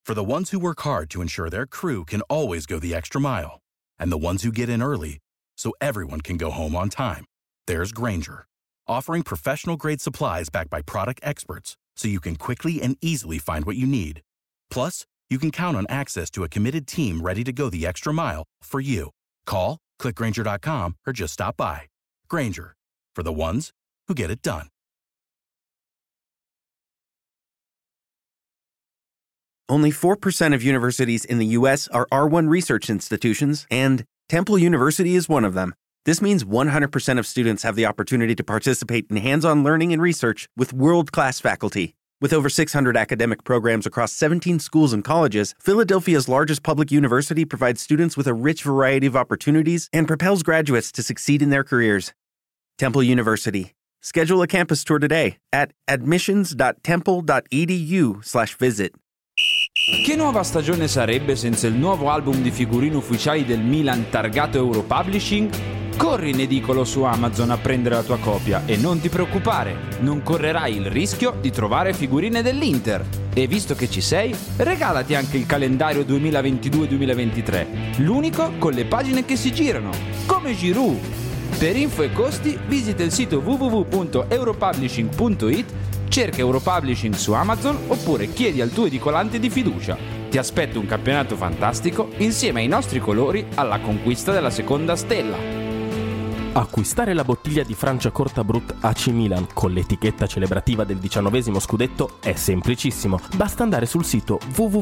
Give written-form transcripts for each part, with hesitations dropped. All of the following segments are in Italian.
For the ones who work hard to ensure their crew can always go the extra mile, and the ones who get in early so everyone can go home on time, there's Grainger, offering professional-grade supplies backed by product experts so you can quickly and easily find what you need. Plus, you can count on access to a committed team ready to go the extra mile for you. Call, click Grainger.com, or just stop by. Grainger, for the ones who get it done. Only 4% of universities in the U.S. are R1 research institutions, and Temple University is one of them. This means 100% of students have the opportunity to participate in hands-on learning and research with world-class faculty. With over 600 academic programs across 17 schools and colleges, Philadelphia's largest public university provides students with a rich variety of opportunities and propels graduates to succeed in their careers. Temple University. Schedule a campus tour today at admissions.temple.edu/visit. Che nuova stagione sarebbe senza il nuovo album di figurine ufficiali del Milan targato Europublishing? Corri in edicolo su Amazon a prendere la tua copia e non ti preoccupare, non correrai il rischio di trovare figurine dell'Inter. E visto che ci sei, regalati anche il calendario 2022-2023, l'unico con le pagine che si girano, come Giroud. Per info e costi visita il sito www.europublishing.it, cerca Europublishing su Amazon oppure chiedi al tuo edicolante di fiducia. Ti aspetta un campionato fantastico insieme ai nostri colori alla conquista della seconda stella. Acquistare la bottiglia di Franciacorta Brut AC Milan con l'etichetta celebrativa del 19° scudetto è semplicissimo. Basta andare sul sito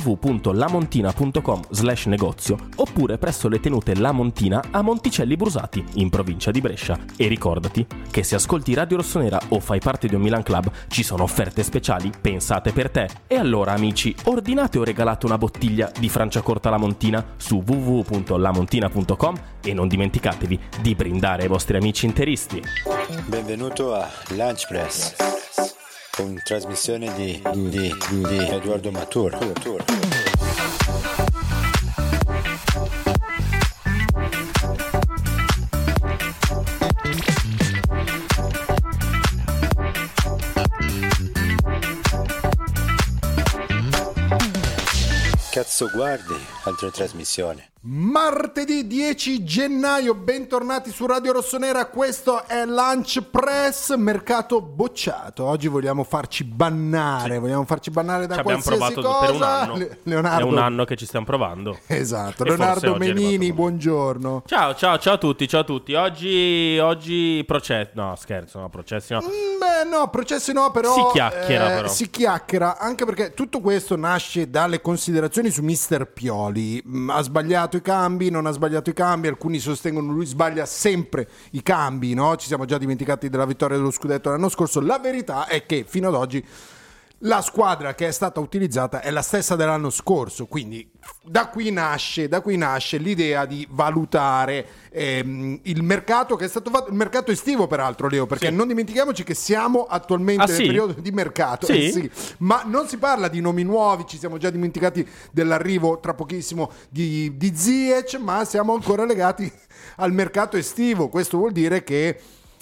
www.lamontina.com/negozio oppure presso le tenute La Montina a Monticelli Brusati, in provincia di Brescia. E ricordati che se ascolti Radio Rossonera o fai parte di un Milan Club ci sono offerte speciali pensate per te. E allora amici, ordinate o regalate una bottiglia di Franciacorta La Montina su www.lamontina.com e non dimenticatevi di brindare ai vostri amici interisti. Benvenuto a Lunch Press, con trasmissione di Edoardo Matur. Cazzo guardi altre trasmissioni. Martedì 10 gennaio, bentornati su Radio Rossonera, questo è Lunch Press, mercato bocciato. Oggi vogliamo farci bannare, da qualsiasi cosa. Per un anno. Leonardo... È un anno che ci stiamo provando. Esatto, Leonardo Menini, buongiorno. Ciao a tutti. Oggi processi, no processi no. Processi no, però si chiacchiera, anche perché tutto questo nasce dalle considerazioni su Mister Pioli. Ha sbagliato i cambi, non ha sbagliato i cambi, alcuni sostengono lui sbaglia sempre i cambi, no? Ci siamo già dimenticati della vittoria dello scudetto l'anno scorso. La verità è che fino ad oggi la squadra che è stata utilizzata è la stessa dell'anno scorso, quindi da qui nasce l'idea di valutare il mercato che è stato fatto, il mercato estivo peraltro, Leo, perché non dimentichiamoci che siamo attualmente nel periodo di mercato, ma non si parla di nomi nuovi, ci siamo già dimenticati dell'arrivo tra pochissimo di Ziyech, ma siamo ancora legati al mercato estivo. Questo vuol dire che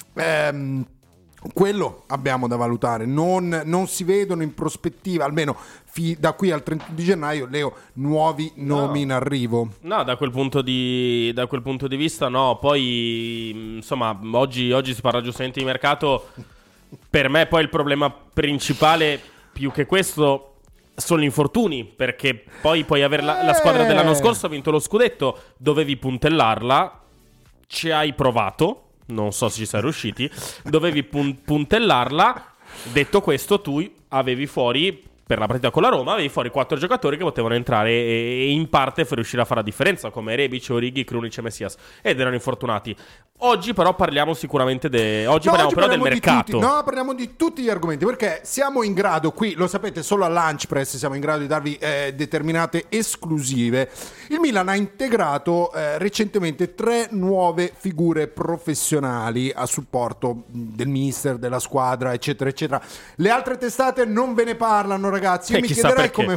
quello abbiamo da valutare, non si vedono in prospettiva, almeno da qui al 31 di gennaio, Leo, nuovi nomi in arrivo. No, da quel punto di vista no. Poi insomma oggi si parla giustamente di mercato. Per me poi il problema principale, più che questo, sono gli infortuni, perché poi puoi avere la squadra dell'anno scorso ha vinto lo scudetto, dovevi puntellarla, ci hai provato, non so se ci sei riusciti, dovevi puntellarla. Detto questo, tu avevi fuori, per la partita con la Roma, avevi fuori 4 giocatori che potevano entrare e in parte riuscire a fare la differenza, come Rebic, Origi, Krunic e Messias, ed erano infortunati. Oggi però parliamo sicuramente parliamo del mercato. Parliamo di tutti gli argomenti, perché siamo in grado, qui lo sapete, solo a Lunch Press siamo in grado di darvi determinate esclusive. Il Milan ha integrato recentemente 3 nuove figure professionali a supporto del mister, della squadra, eccetera eccetera. Le altre testate non ve ne parlano, ragazzi. Io mi chiederei come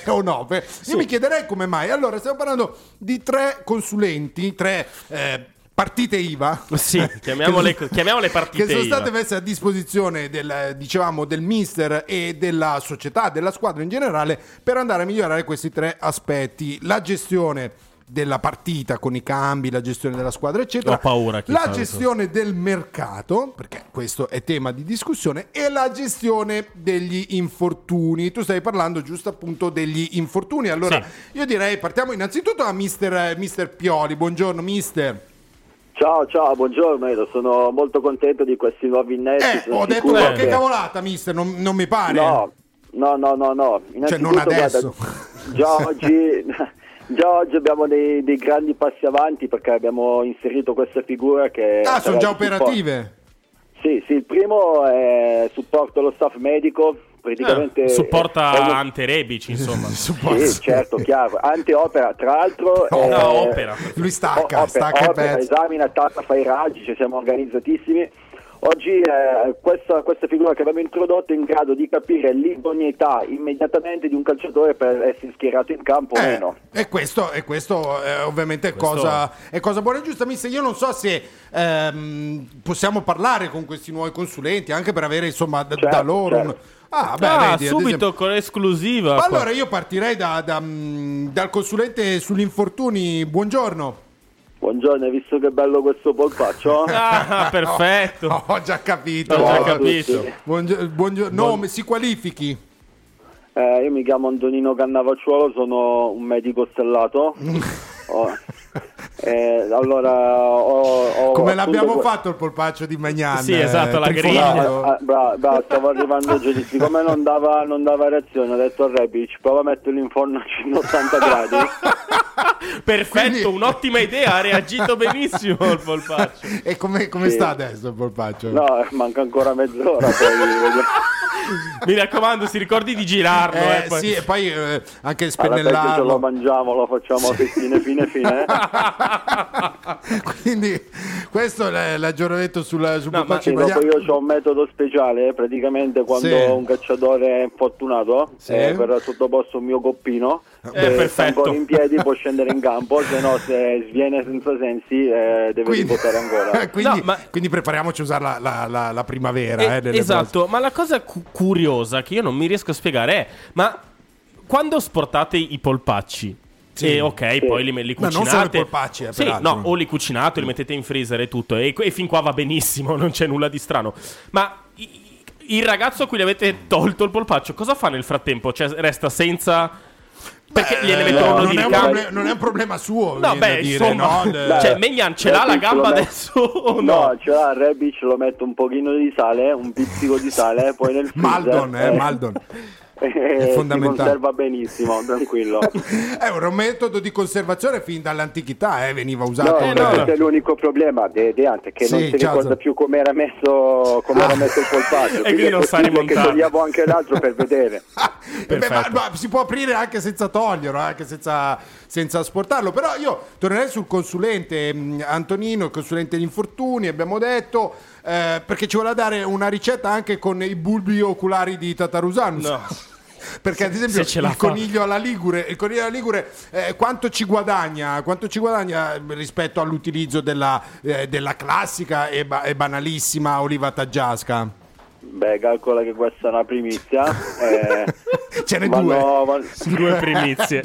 io mi chiederei come mai. Allora, stiamo parlando di 3 consulenti, 3 partite IVA, sì, chiamiamole partite che sono IVA, state messe a disposizione del mister e della società, della squadra in generale, per andare a migliorare questi 3 aspetti: la gestione della partita con i cambi, la gestione della squadra eccetera, ho paura, la gestione del mercato, perché questo è tema di discussione, e la gestione degli infortuni. Tu stavi parlando giusto appunto degli infortuni, allora sì. Io direi partiamo innanzitutto da mister Pioli. Buongiorno mister. Ciao, buongiorno, io sono molto contento di questi nuovi innetti. Ho detto qualche cavolata mister, non mi pare. No. Cioè non adesso. Guarda, già oggi abbiamo dei grandi passi avanti, perché abbiamo inserito questa figura che... sono già operative? Sì, il primo è supporto allo staff medico, praticamente... supporta Ante Rebic, insomma. Sì, certo, chiaro. Ante opera, tra l'altro... opera. Lui stacca opera, il pezzo. Esamina, attacca, fa i raggi, ci siamo organizzatissimi. Oggi questa figura che abbiamo introdotto è in grado di capire l'idoneità immediatamente di un calciatore per essere schierato in campo o meno. E questo ovviamente è cosa buona e giusta. Mister, io non so se possiamo parlare con questi nuovi consulenti, anche per avere insomma da loro... Certo. Vedi, subito con esclusiva. Allora io partirei dal consulente sugli infortuni. Buongiorno. Buongiorno, hai visto che bello questo polpaccio? Perfetto. Ho già capito. Buongiorno. Si qualifichi. Io mi chiamo Antonino Cannavacciuolo, sono un medico stellato. Come l'abbiamo fatto il polpaccio di Magnan? Sì, esatto, la griglia. Stavo arrivando giù, siccome non dava reazione, ho detto a Rebic, prova a metterlo in forno a 180 gradi. Perfetto, quindi... un'ottima idea, ha reagito benissimo il polpaccio. E come sta adesso il polpaccio? No, manca ancora mezz'ora poi. Mi raccomando, si ricordi di girarlo. Poi. Sì, e poi anche spennellarlo. Ce lo mangiamo, lo facciamo a fine. Quindi questo è l'aggiornamento sul polpaccio. Io ho un metodo speciale, praticamente quando un cacciatore è infortunato verrà sottoposto un mio coppino. Perfetto. Ancora in piedi può scendere in campo, se no se sviene senza sensi deve riportare ancora. Quindi prepariamoci a usare la primavera. Esatto, ma la cosa curiosa che io non mi riesco a spiegare è: ma quando sportate i polpacci, poi li cucinate, ma non solo i polpacci, o li cucinate, li mettete in freezer e tutto, e fin qua va benissimo, non c'è nulla di strano. Ma il ragazzo a cui le avete tolto il polpaccio cosa fa nel frattempo? Cioè resta senza... Perché gliene mettono uno di ricambio? Non è un problema suo. Insomma, cioè Magnan ce l'ha la gamba adesso o no? No, ce l'ha Rebic, lo metto un pochino di sale, un pizzico di sale, poi nel freezer. Maldon. È fondamentale. Si conserva benissimo, tranquillo. È un metodo di conservazione fin dall'antichità, veniva usato. Questo è l'unico problema di Ante, che non si ricorda più come era messo il polpaccio. E quindi non sa rimontato. Che togliamo anche l'altro per vedere. Ma si può aprire anche senza toglierlo, anche senza asportarlo. Però io tornerei sul consulente Antonino, il consulente degli infortuni, abbiamo detto, perché ci vuole dare una ricetta anche con i bulbi oculari di Tatarusanu. No. Perché ad esempio il coniglio alla Ligure quanto ci guadagna rispetto all'utilizzo della classica e banalissima oliva taggiasca? Beh, calcola che questa è una primizia. Ce ne due primizie.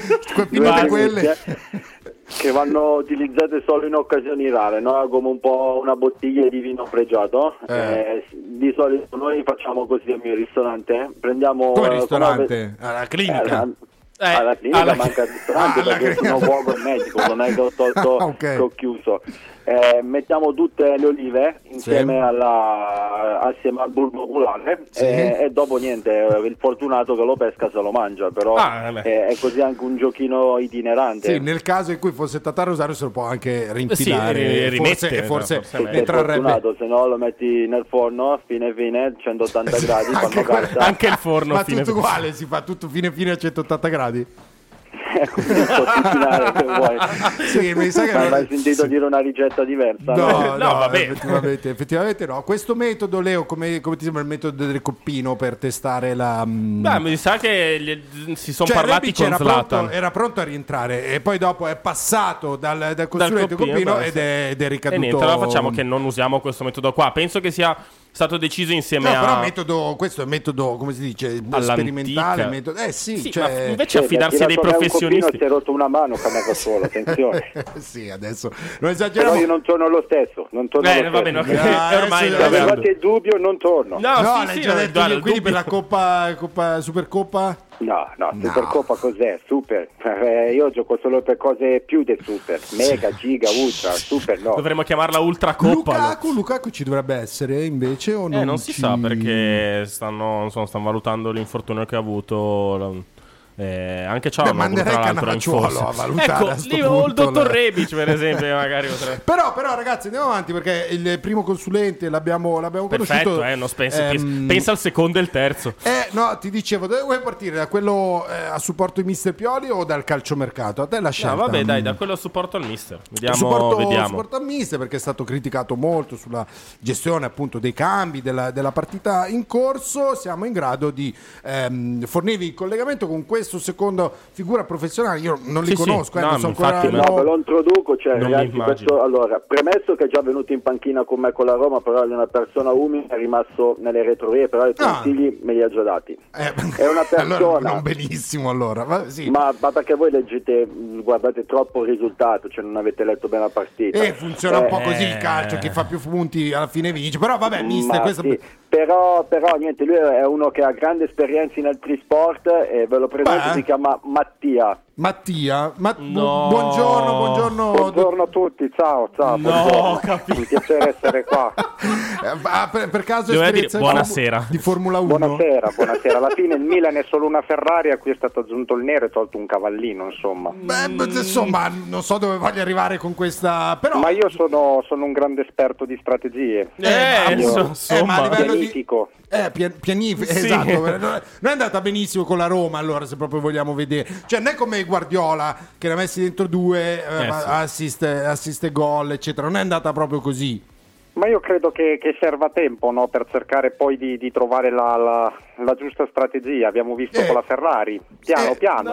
Quelle che vanno utilizzate solo in occasioni rare, no? Come un po' una bottiglia di vino pregiato. Di solito noi facciamo così al mio ristorante, prendiamo ristorante? Alla clinica? Alla clinica manca il ristorante perché sono poco il medico, non è che ho tolto che ho chiuso. Mettiamo tutte le olive insieme al bulbo oculare e dopo niente, il fortunato che lo pesca se lo mangia, però è così anche un giochino itinerante. Sì, nel caso in cui fosse Tatarosario se lo può anche rinfilare, forse ne trarrebbe. Se no lo metti nel forno fine 180 gradi anche il forno ma tutto uguale, si fa tutto fine a 180 gradi. Sì, mi sa che non hai sentito dire una ricetta diversa? No, vabbè. Effettivamente no. Questo metodo, Leo, come ti sembra il metodo del coppino per testare la... Beh, mi sa che si sono parlati con Zlatan. Era pronto a rientrare e poi dopo è passato dal consulente coppino ed è ricaduto. E niente, allora facciamo che non usiamo questo metodo qua. Penso che sia stato deciso insieme però questo è un metodo, come si dice, sperimentale, metodo. Sì, ma invece affidarsi a dei professionisti. Si è rotto una mano, cambiava solo, attenzione. Sì, adesso non esageriamo. Però io non torno lo stesso, va bene, ormai se avevate il dubbio non torno. L'hai già detto io, quindi per la Coppa Supercoppa? No, Supercoppa cos'è? Super. Io gioco solo per cose più del super. Mega, giga, ultra, super no. Dovremmo chiamarla Ultra Coppa. Lukaku ci dovrebbe essere invece o non? Non si sa perché stanno valutando l'infortunio che ha avuto. Anche ciò manderei Cannavacciuolo a valutare. Ecco, o il dottor Rebic per esempio magari però ragazzi andiamo avanti perché il primo consulente l'abbiamo conosciuto. Perfetto, pensa al secondo e il terzo. No, ti dicevo, dove vuoi partire? Da quello a supporto di Mister Pioli o dal calciomercato? A te la scelta. No, vabbè, dai, da quello a supporto al Mister. Vediamo. Supporto al Mister perché è stato criticato molto sulla gestione appunto dei cambi della partita in corso. Siamo in grado di fornirvi il collegamento con questo secondo figura professionale. Io non li conosco, non so ancora. Ve lo introduco, ragazzi, allora, premesso che è già venuto in panchina con me con la Roma, però è una persona umile, è rimasto nelle retrovie, però i consigli me li ha già dati. È una persona allora, non benissimo allora. Ma perché voi guardate troppo il risultato, cioè non avete letto bene la partita. Funziona un po' così il calcio, chi fa più punti alla fine vince. Però vabbè, mister, questo... sì. Però niente, lui è uno che ha grande esperienza in altri sport e ve lo presento, si chiama Mattia. Buongiorno a tutti, ciao. No, capito. Un piacere essere qua. Per caso esperienza buonasera di Formula 1? Buonasera. Alla fine il Milan è solo una Ferrari a cui è stato aggiunto il nero e tolto un cavallino, insomma. Insomma, non so dove voglio arrivare con questa, però... Ma io sono un grande esperto di strategie. Ma a livello pianifico. Pianifico, sì. Esatto. Non è andata benissimo con la Roma, allora, se proprio vogliamo vedere. Cioè, non è come Guardiola che ne ha messi dentro 2, assiste gol, eccetera. Non è andata proprio così. Ma io credo che serva tempo, no? Per cercare poi di trovare la giusta strategia. Abbiamo visto con la Ferrari, piano.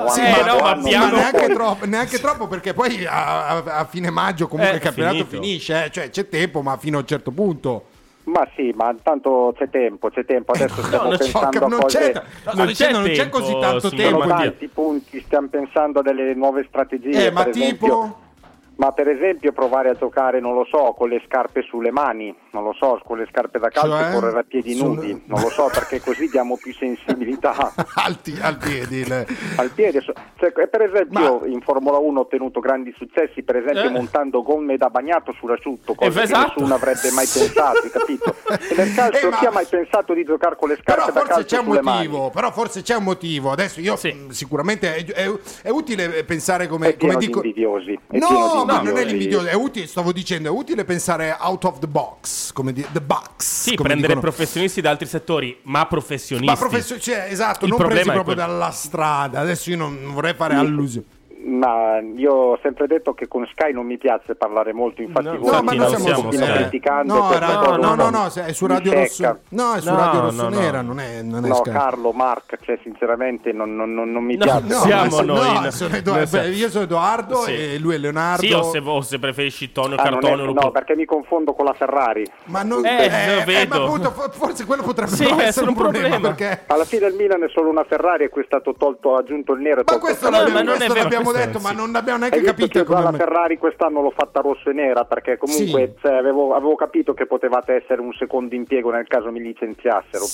Neanche troppo, perché poi a fine maggio comunque il campionato finisce, cioè c'è tempo, ma fino a un certo punto. Ma sì, ma tanto c'è tempo. Adesso stiamo pensando a cose. Non c'è così tanto tempo. Sono tanti punti, stiamo pensando a delle nuove strategie. Ma tipo? Ma per esempio provare a giocare, non lo so, con le scarpe sulle mani, non lo so, con le scarpe da calcio, correre a piedi nudi, non lo so, perché così diamo più sensibilità. al piedi. Al piede. Cioè, per esempio in Formula 1 ho ottenuto grandi successi, per esempio montando gomme da bagnato sull'asciutto, cosa che nessuno avrebbe mai pensato, capito? E nel calcio chi ha mai pensato di giocare con le scarpe da calcio sulle mani? Però forse c'è un motivo. Adesso io sicuramente è utile pensare come dico... invidiosi. No, non è l'invidioso, è utile, stavo dicendo, è utile pensare out of the box, come the box. Sì, prendere professionisti da altri settori, ma professionisti. Esatto, non presi proprio dalla strada. Adesso io non vorrei fare allusioni. Ma io ho sempre detto che con Sky non mi piace parlare molto, infatti ma noi siamo un pochino criticante. No, è su Radio Rosso. No, è su Radio Rossonera, non è Sky. Carlo, Mark, cioè sinceramente non mi piace. Siamo noi. Io sono Edoardo e lui è Leonardo. Sì, o se preferisci Tonio Cartonio. No, perché mi confondo con la Ferrari. Ma non vedo. Ma appunto, forse quello potrebbe essere un problema, perché alla fine il Milan è solo una Ferrari e qui è stato aggiunto il nero. Ma questo l'abbiamo detto, ma non abbiamo neanche capito come la Ferrari quest'anno l'ho fatta rosso e nera, perché comunque avevo capito che potevate essere un secondo impiego nel caso mi licenziassero,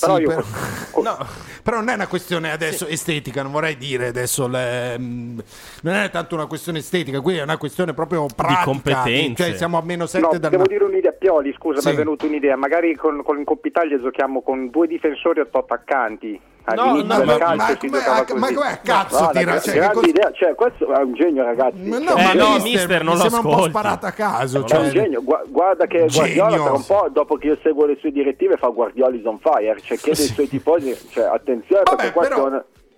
però non è una questione adesso estetica, non vorrei dire adesso non è tanto una questione estetica, qui è una questione proprio pratica, di competenze, cioè siamo a -7 devo dire un'idea, Pioli, scusa, mi è venuta un'idea, magari con Coppa Italia giochiamo con 2 difensori e 8 attaccanti. Ma com'è cazzo tira? Grande idea, cioè questo è un genio, ragazzi. Mister non lo sembra un po' ascolti. sparata a caso. È un genio. Guarda che Guardiola per un po', dopo che io seguo le sue direttive, fa Guardiola's on fire, cioè chiede ai suoi tifosi, cioè attenzione, perché qua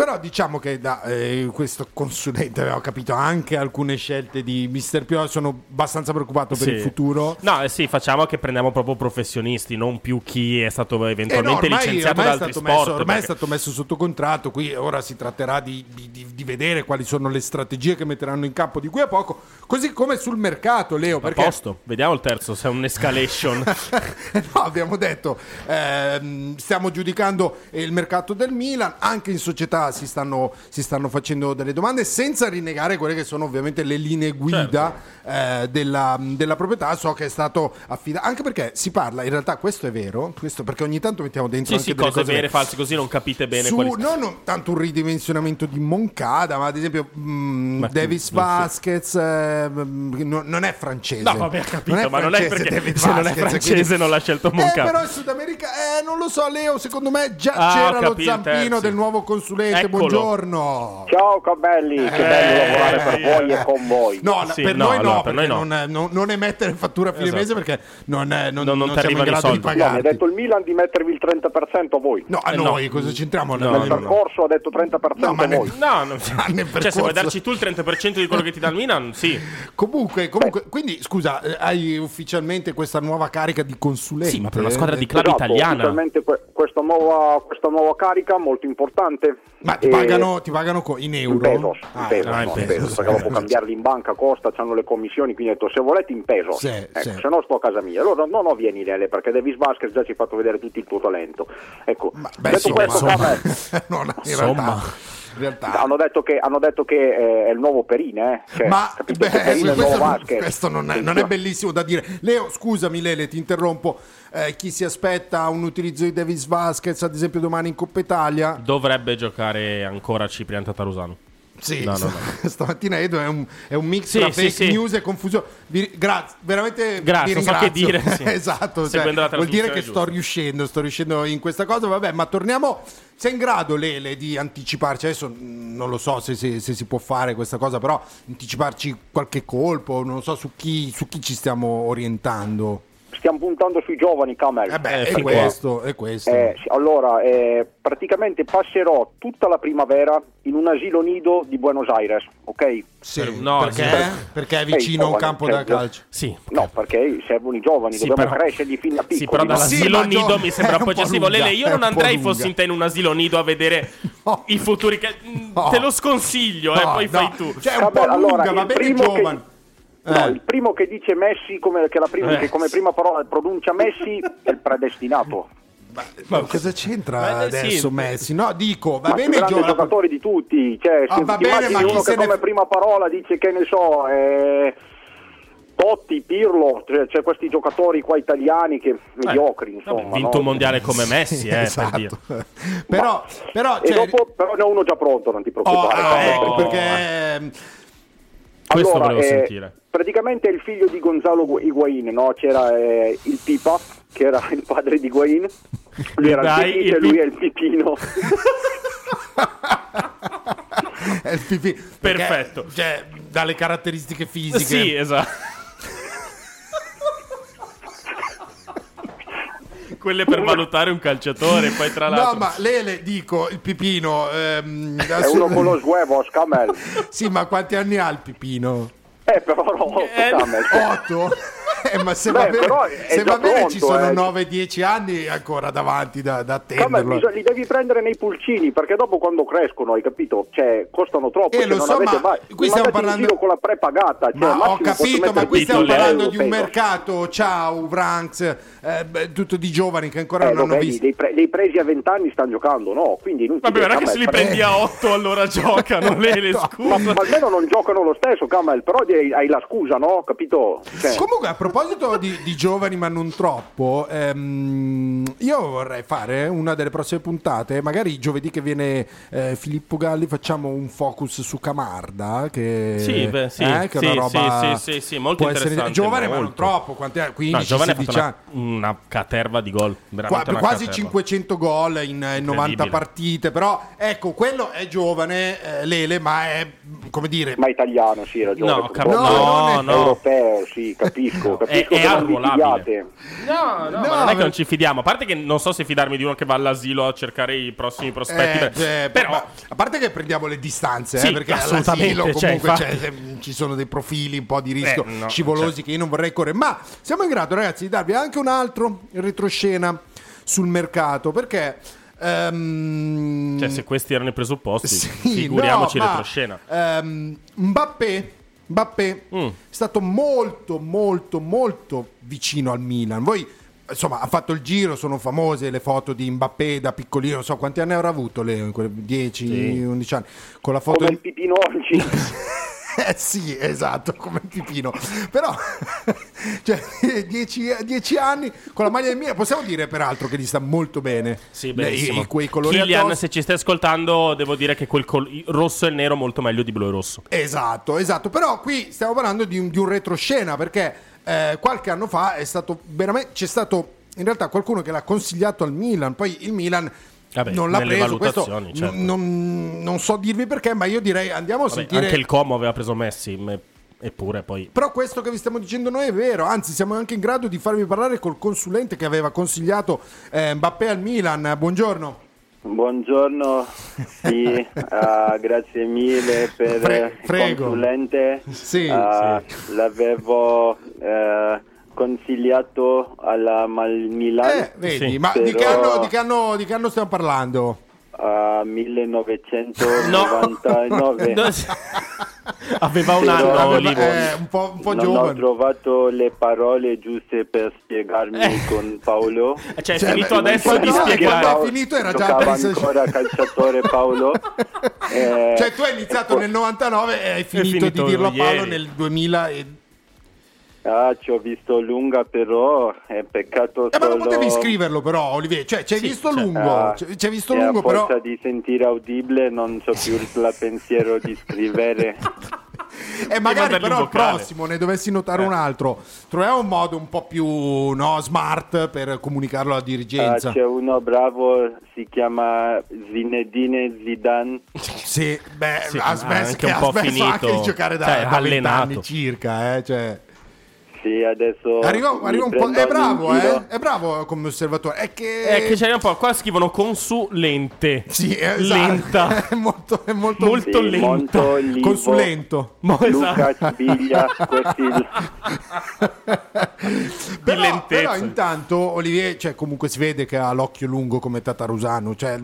Però diciamo che da questo consulente avevamo capito anche alcune scelte di Mister Pioli, sono abbastanza preoccupato per il futuro. No, sì, facciamo che prendiamo proprio professionisti, non più chi è stato eventualmente licenziato da altri sport. Ormai è stato messo sotto contratto, qui ora si tratterà di vedere quali sono le strategie che metteranno in campo di qui a poco, così come sul mercato, Leo. Perché... A posto, vediamo il terzo, se è un'escalation. No, abbiamo detto, stiamo giudicando il mercato del Milan, anche in società si stanno facendo delle domande, senza rinnegare quelle che sono ovviamente le linee guida, certo, della proprietà. So che è stato affidato, anche perché si parla, in realtà questo è vero, questo perché ogni tanto mettiamo dentro anche delle cose vere e false, così non capite bene non tanto un ridimensionamento di Moncada, ma ad esempio Davis Vasquez non è francese. No, vabbè, capito, ma non è perché se non è francese quindi... non l'ha scelto Moncada. Però in Sud America non lo so, Leo, secondo me già c'era lo zampino del nuovo consulente. Eccolo. Buongiorno. Ciao Cabelli, che bello lavorare per voi e con voi. No, per noi no, non emettere fattura a fine mese, perché non siamo in grado di pagare. Mi ha detto il Milan di mettervi il 30% a voi. No, a noi cosa c'entriamo? Nel percorso ha detto 30% a voi. Cioè, se vuoi darci tu il 30% di quello che ti dà il Milan, sì. Comunque, quindi scusa, hai ufficialmente questa nuova carica di consulente? Sì, ma per una squadra di club italiana. Ufficialmente questa nuova carica molto importante. Ma ti pagano in euro? In pesos, perché dopo cambiarli in banca costa, c'hanno le commissioni, quindi ho detto se volete in pesos, se no sto a casa mia. Allora no, vieni Lele, perché Davis Vasquez già ci ha fatto vedere tutto il tuo talento. Ecco, detto questo, in realtà hanno detto che è il nuovo Perine, ma questo non è bellissimo da dire. Leo, scusami Lele, ti interrompo. Chi si aspetta un utilizzo di Davis Vasquez ad esempio domani in Coppa Italia? Dovrebbe giocare ancora Ciprian Tatarusano. Sì, no. Stamattina Edo è un mix tra fake news e confusione. Grazie, veramente grazie, vi non so che dire. Sì. Esatto, vuol dire che sto riuscendo in questa cosa. Vabbè, ma torniamo. Sei in grado, Lele, di anticiparci? Adesso non lo so se si può fare questa cosa, però anticiparci qualche colpo, non lo so su chi ci stiamo orientando. Stiamo puntando sui giovani, Camel. È questo. Allora, praticamente passerò tutta la primavera in un asilo nido di Buenos Aires, ok? Sì, perché è vicino a un campo da calcio. Sì. No, perché servono i giovani, dobbiamo crescerli fin da piccoli. Sì, però dall'asilo nido mi sembra un po' eccessivo. Lele, io non andrei fossi in te in un asilo nido a vedere i futuri che... Te lo sconsiglio, poi fai tu. Cioè, un po' lunga, va bene giovane. No, il primo che dice Messi che come prima parola pronuncia Messi è il predestinato. Ma cosa c'entra adesso Messi? No, dico, va bene i giocatori di tutti, cioè se va bene, ma uno che come prima parola dice che ne so, Totti, Pirlo, c'è questi giocatori qua italiani che mediocri, insomma. Ha vinto un mondiale come Messi, esatto. Per dire. Però ne ho uno già pronto, non ti preoccupare. Perché questo volevo sentire. Praticamente è il figlio di Gonzalo Higuaín, no? C'era il Pipa, che era il padre di Higuaín. Lui era il Pipino e lui è il Pipino. È il Pipino. Perfetto. Cioè, dalle caratteristiche fisiche. Sì, esatto. Quelle per valutare un calciatore, poi tra l'altro. No, ma Lele, dico, il Pipino è uno con lo huevos, Camel. Sì, ma quanti anni ha il Pipino? Però no, 8? Ma se va bene ci sono 9-10 anni ancora davanti da attenderlo. Li devi prendere nei pulcini, perché dopo quando crescono, hai capito? Cioè, costano troppo. Lo so, ma qui stiamo parlando con la prepagata. Ma ho capito, ma qui stiamo parlando di un mercato, ciao, Vranks, tutto di giovani che ancora non hanno visto. Dei presi a 20 anni stanno giocando, no? Quindi non vabbè, non è che se li prendi a 8 allora giocano, scusa. Ma almeno non giocano lo stesso, Camel, però hai la scusa, no? Capito? Cioè. Comunque, a proposito di giovani ma non troppo, io vorrei fare una delle prossime puntate, magari giovedì che viene Filippo Galli, facciamo un focus su Camarda, che è una roba sì, molto interessante, giovane molto. Ma non troppo, 15, giovane ha 16 anni. Una caterva di gol, quasi 500 gol in 90 partite, però ecco, quello è giovane, Lele, ma è come dire, ma italiano, sì, ragione. No, europeo, sì, capisco. È arruolabile. No, ma non è che non ci fidiamo. A parte che non so se fidarmi di uno che va all'asilo a cercare i prossimi prospetti. Però, a parte che prendiamo le distanze, sì, perché assolutamente, all'asilo comunque ci sono dei profili un po' di rischio scivolosi che io non vorrei correre. Ma siamo in grado, ragazzi, di darvi anche un altro retroscena sul mercato, perché se questi erano i presupposti, figuriamoci retroscena. Mbappé è stato molto molto molto vicino al Milan. Voi, insomma, ha fatto il giro, sono famose le foto di Mbappé da piccolino, non so quanti anni avrà avuto, 10, 11 anni, con la foto come il Pipino oggi. sì, esatto, come il Pipino. Però cioè, 10 anni con la maglia del Milan. Possiamo dire peraltro che gli sta molto bene. Sì, benissimo. Quei colori Kylian, se ci stai ascoltando, devo dire che quel rosso e il nero molto meglio di blu e rosso. Esatto. Però qui stiamo parlando di un retroscena, perché qualche anno fa c'è stato in realtà qualcuno che l'ha consigliato al Milan. Poi il Milan non l'ha preso, questo certo. non so dirvi perché, ma io direi andiamo a sentire. Anche il Como aveva preso Messi, eppure poi. Però questo che vi stiamo dicendo noi è vero, anzi siamo anche in grado di farvi parlare col consulente che aveva consigliato Mbappé al Milan. Buongiorno. Buongiorno, sì, grazie mille per il consulente. Sì. L'avevo consigliato al Milan. Vedi, sì. Ma però... di che anno stiamo parlando? 1999. Aveva un anno, un po' non giovane. Ho trovato le parole giuste per spiegarmi con Paolo. Cioè, è finito adesso di spiegare. Quando è finito era già ancora calciatore Paolo. Cioè tu hai iniziato nel 99 e hai finito di dirlo a Paolo nel 2000 ci ho visto lunga, però è peccato ma non potevi scriverlo però, Olivier, cioè ci hai visto lungo, ci hai visto lungo, però a forza di sentire audible non c'ho più il pensiero di scrivere. E magari però al prossimo ne dovessi notare un altro, troviamo un modo un po' più smart per comunicarlo alla dirigenza. C'è uno bravo, si chiama Zinedine Zidane. Sì, ha smesso anche di giocare da 20 anni circa, cioè. Sì, adesso arriva un po'. È bravo come osservatore. È che c'è un po'. Qua scrivono consulente. Sì, lenta. È molto lento. Consulento. Luca Sbiglia. Però intanto Olivier, cioè, comunque si vede che ha l'occhio lungo come Tatarusano. Cioè,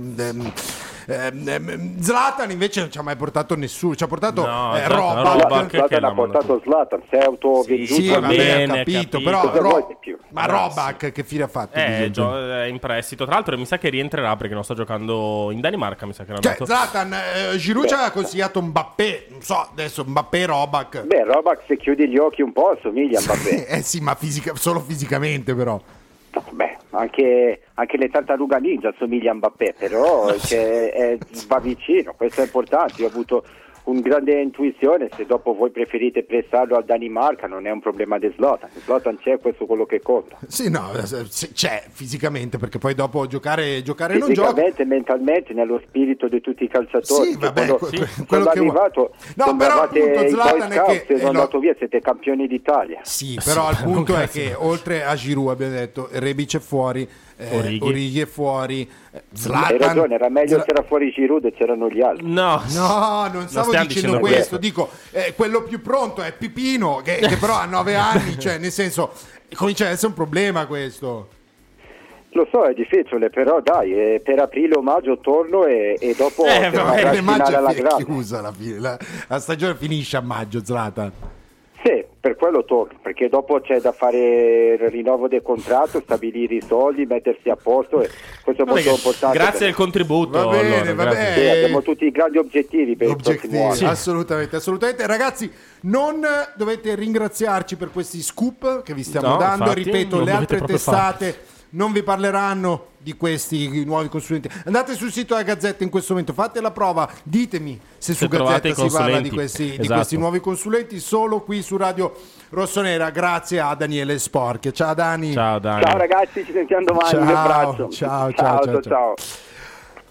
Zlatan invece non ci ha mai portato nessuno. Ci ha portato Robac. Zlatan ha portato Zlatan. Sei autovenduto. Sì, vabbè, capito. Però ma Robac che fine ha fatto? È in prestito. Tra l'altro mi sa che rientrerà perché non sta giocando in Danimarca. Mi sa che Zlatan, Giroud ci ha consigliato Mbappé. Non so, adesso Mbappé, Robac. Robac se chiudi gli occhi un po' assomiglia a Mbappé. Sì, ma solo fisicamente però. Anche le tartaruga ninja assomiglia a Mbappé, però va vicino, questo è importante. Io ho avuto un grande intuizione, se dopo voi preferite prestarlo al Danimarca non è un problema di Zlatan c'è, questo è quello che conta. Sì, no, c'è fisicamente, perché poi dopo giocare non gioca. Fisicamente, mentalmente, nello spirito di tutti i calciatori. Sì, vabbè, quando è arrivato, no, però appunto Zlatan è che sono andato via, siete campioni d'Italia. Sì, però il punto è che oltre a Giroud abbiamo detto Rebic è fuori, Origi è fuori, Zlatan. Hai ragione, era meglio se era fuori Giroud e c'erano gli altri. No, non stavo dicendo questo. Dico, quello più pronto è Pipino che però ha 9 anni, cioè nel senso comincia ad essere un problema questo. Lo so, è difficile, però dai, per aprile o maggio torno e dopo maggio è chiusa la stagione finisce a maggio, Zlatan. Sì, per quello torno, perché dopo c'è da fare il rinnovo del contratto, stabilire i soldi, mettersi a posto, e questo è molto importante. Grazie del contributo. Va bene. Sì, abbiamo tutti i grandi obiettivi per il prossimo anno. Sì. Assolutamente. Ragazzi, non dovete ringraziarci per questi scoop che vi stiamo dando. Infatti, ripeto, le altre testate non vi parleranno di questi nuovi consulenti. Andate sul sito della Gazzetta in questo momento, fate la prova, ditemi se su Gazzetta si parla di questi nuovi consulenti. Solo qui su Radio Rossonera, grazie a Daniele Sporche. Ciao Dani. Ciao ragazzi, ci sentiamo domani. Un abbraccio. Ciao.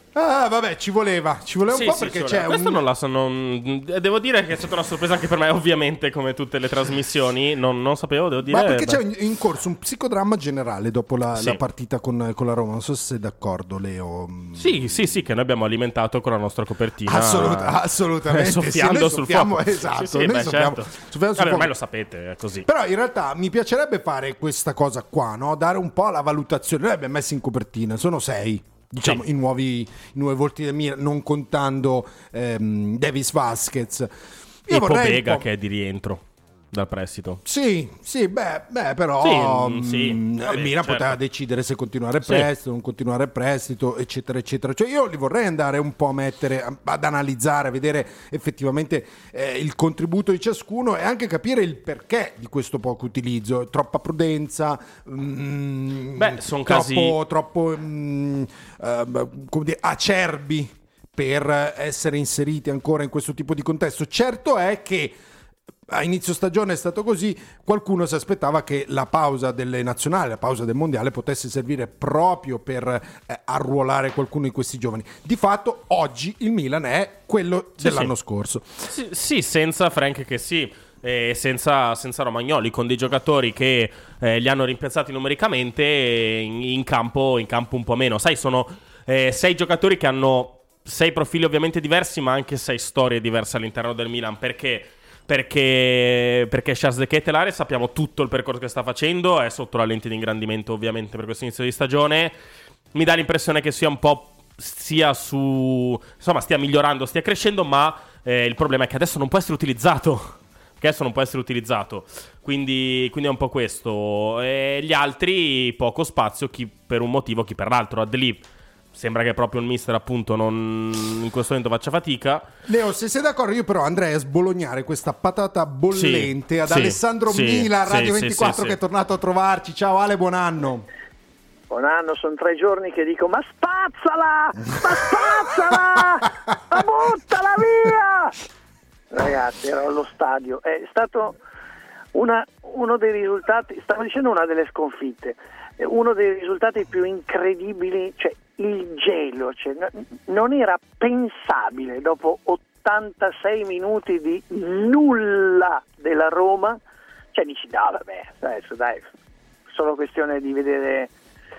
Vabbè, ci voleva un po' perché c'è questo non la so, devo dire che è stata una sorpresa anche per me, ovviamente, come tutte le trasmissioni. Non sapevo, devo dire. Ma perché c'è in corso un psicodramma generale dopo la partita con la Roma. Non so se sei d'accordo, Leo. Sì, che noi abbiamo alimentato con la nostra copertina. Assolutamente. Soffiando sul fuoco. Esatto. Noi soffiamo sul ormai lo sapete, è così. Però in realtà mi piacerebbe fare questa cosa qua, no? Dare un po' la valutazione. Noi abbiamo messo in copertina, sono 6. Diciamo i nuovi volti del Milan, non contando Davis Vasquez e Pobega che è di rientro dal prestito. Sì, però il Milan poteva decidere se continuare prestito, non continuare prestito, eccetera, eccetera. Cioè io li vorrei andare un po' a mettere, ad analizzare, a vedere effettivamente il contributo di ciascuno e anche capire il perché di questo poco utilizzo. Troppa prudenza, sono casi troppo come dire, acerbi per essere inseriti ancora in questo tipo di contesto. Certo è che a inizio stagione è stato così, qualcuno si aspettava che la pausa delle nazionali, la pausa del mondiale potesse servire proprio per arruolare qualcuno di questi giovani. Di fatto oggi il Milan è quello dell'anno scorso. Sì, senza Frank che senza Romagnoli, con dei giocatori che li hanno rimpiazzati numericamente in campo un po' meno. Sai, sono 6 giocatori che hanno 6 profili ovviamente diversi, ma anche 6 storie diverse all'interno del Milan, perché Charles de Ketelaere sappiamo tutto il percorso che sta facendo, è sotto la lente di ingrandimento ovviamente per questo inizio di stagione. Mi dà l'impressione che sia un po' stia migliorando, stia crescendo, ma il problema è che adesso non può essere utilizzato. Quindi è un po' questo. E gli altri poco spazio, chi per un motivo, chi per l'altro. Adli sembra che proprio il mister appunto in questo momento faccia fatica. Leo, se sei d'accordo, io però andrei a sbolognare questa patata bollente ad Alessandro Mila, Radio 24 che è tornato a trovarci. Ciao Ale, buon anno. Buon anno, sono 3 giorni che dico ma spazzala, ma buttala via. Ragazzi, ero allo stadio, è stato uno dei risultati, stavo dicendo una delle sconfitte, uno dei risultati più incredibili, cioè il gelo, cioè, non era pensabile dopo 86 minuti di nulla della Roma, cioè dici adesso dai, solo questione di vedere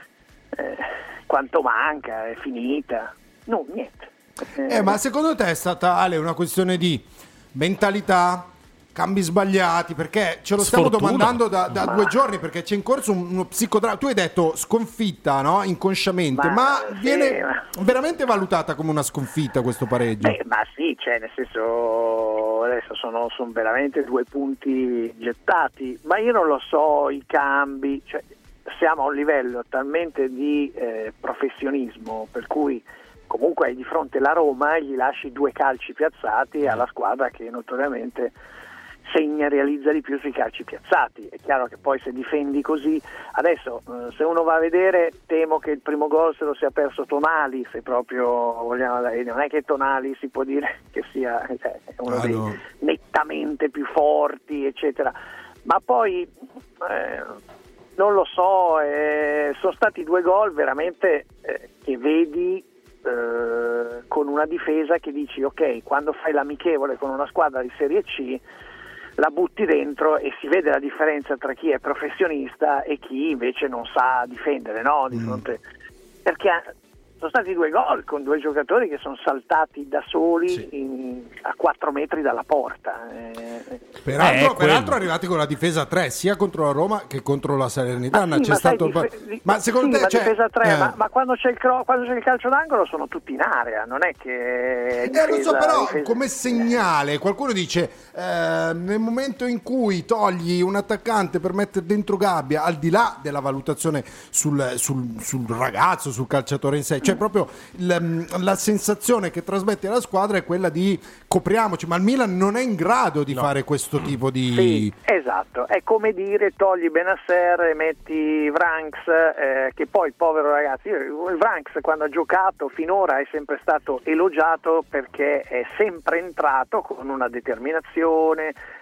quanto manca, è finita, no, niente. Ma secondo te è stata, Ale, una questione di mentalità, cambi sbagliati, perché ce lo stiamo domandando da 2 giorni, perché c'è in corso uno psicodramma. Tu hai detto sconfitta, no? Inconsciamente, ma viene veramente valutata come una sconfitta questo pareggio? Ma sì, cioè nel senso adesso sono veramente 2 punti gettati, ma io non lo so i cambi, cioè siamo a un livello talmente di professionismo per cui comunque hai di fronte la Roma e gli lasci 2 calci piazzati alla squadra che notoriamente segna e realizza di più sui calci piazzati. È chiaro che poi se difendi così, adesso se uno va a vedere, temo che il primo gol se lo sia perso Tonali, se proprio vogliamo, non è che Tonali si può dire che sia uno dei nettamente più forti eccetera, ma poi non lo so, sono stati 2 gol veramente che vedi con una difesa che dici ok, quando fai l'amichevole con una squadra di Serie C la butti dentro e si vede la differenza tra chi è professionista e chi invece non sa difendere, no? Di fronte, perché sono stati 2 gol con 2 giocatori che sono saltati da soli a 4 metri dalla porta. Peraltro arrivati con la difesa 3 sia contro la Roma che contro la Salernitana. C'è stato ma secondo te difesa 3, ma quando c'è il calcio d'angolo sono tutti in area, non è che lo so, però come segnale qualcuno dice nel momento in cui togli un attaccante per mettere dentro gabbia, al di là della valutazione sul ragazzo, sul calciatore in sé, cioè proprio la sensazione che trasmette alla squadra è quella di copriamoci, ma il Milan non è in grado di fare questo tipo di... Sì, esatto, è come dire togli Benasser e metti Vranks, che poi povero ragazzo, il Vranks quando ha giocato finora è sempre stato elogiato perché è sempre entrato con una determinazione,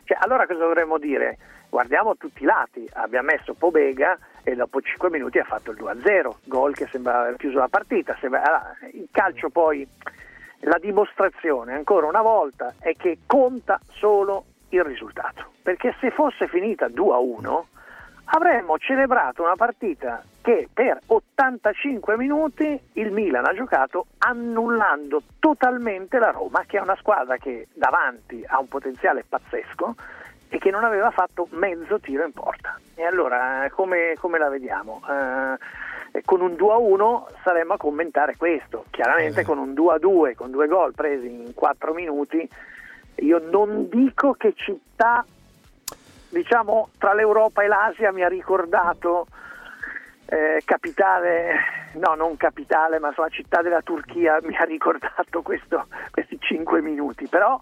Cioè, allora cosa dovremmo dire? Guardiamo tutti i lati, abbiamo messo Pobega e dopo 5 minuti ha fatto il 2-0, gol che sembrava aver chiuso la partita. Allora, il calcio poi, la dimostrazione ancora una volta è che conta solo il risultato, perché se fosse finita 2-1 avremmo celebrato una partita che per 85 minuti il Milan ha giocato annullando totalmente la Roma, che è una squadra che davanti ha un potenziale pazzesco e che non aveva fatto mezzo tiro in porta. E allora come la vediamo? Con un 2-1 saremmo a commentare questo, chiaramente con un 2-2, con 2 gol presi in 4 minuti, io non dico che città, diciamo, tra l'Europa e l'Asia mi ha ricordato capitale, no, non capitale, ma insomma città della Turchia mi ha ricordato questi 5 minuti, però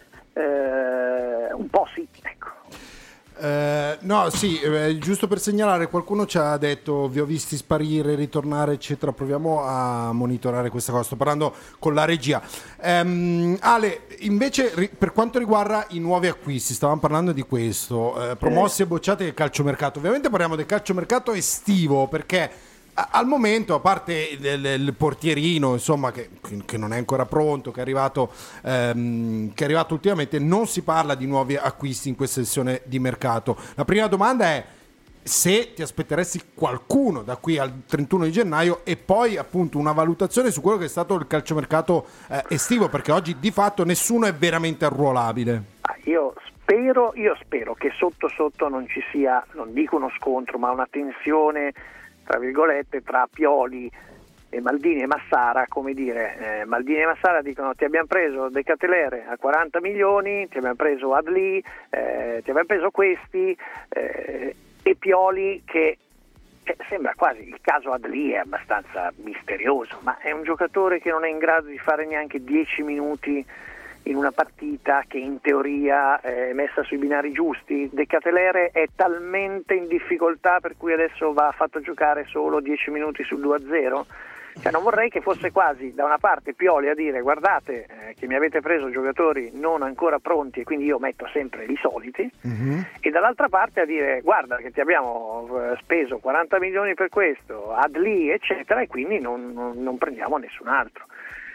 un po' sì, ecco. No, sì, giusto per segnalare, qualcuno ci ha detto vi ho visti sparire, ritornare eccetera, proviamo a monitorare questa cosa, sto parlando con la regia. Ale, invece per quanto riguarda i nuovi acquisti, stavamo parlando di questo, promossi e bocciati del calciomercato, ovviamente parliamo del calciomercato estivo, perché al momento, a parte il portierino, insomma, che non è ancora pronto, che è arrivato ultimamente, non si parla di nuovi acquisti in questa sessione di mercato. La prima domanda è se ti aspetteresti qualcuno da qui al 31 di gennaio e poi appunto una valutazione su quello che è stato il calciomercato estivo, perché oggi di fatto nessuno è veramente arruolabile. Io spero che sotto non ci sia, non dico uno scontro, ma una tensione tra virgolette tra Pioli e Maldini e Massara, come dire, Maldini e Massara dicono ti abbiamo preso De Catelere a 40 milioni, ti abbiamo preso Adli, ti abbiamo preso questi, e Pioli che sembra quasi, il caso Adli è abbastanza misterioso, ma è un giocatore che non è in grado di fare neanche 10 minuti in una partita che in teoria è messa sui binari giusti. De Catelere è talmente in difficoltà per cui adesso va fatto giocare solo 10 minuti sul 2-0. Cioè, non vorrei che fosse quasi da una parte Pioli a dire guardate che mi avete preso giocatori non ancora pronti e quindi io metto sempre i soliti, e dall'altra parte a dire guarda che ti abbiamo speso 40 milioni per questo, Adli eccetera, e quindi non prendiamo nessun altro.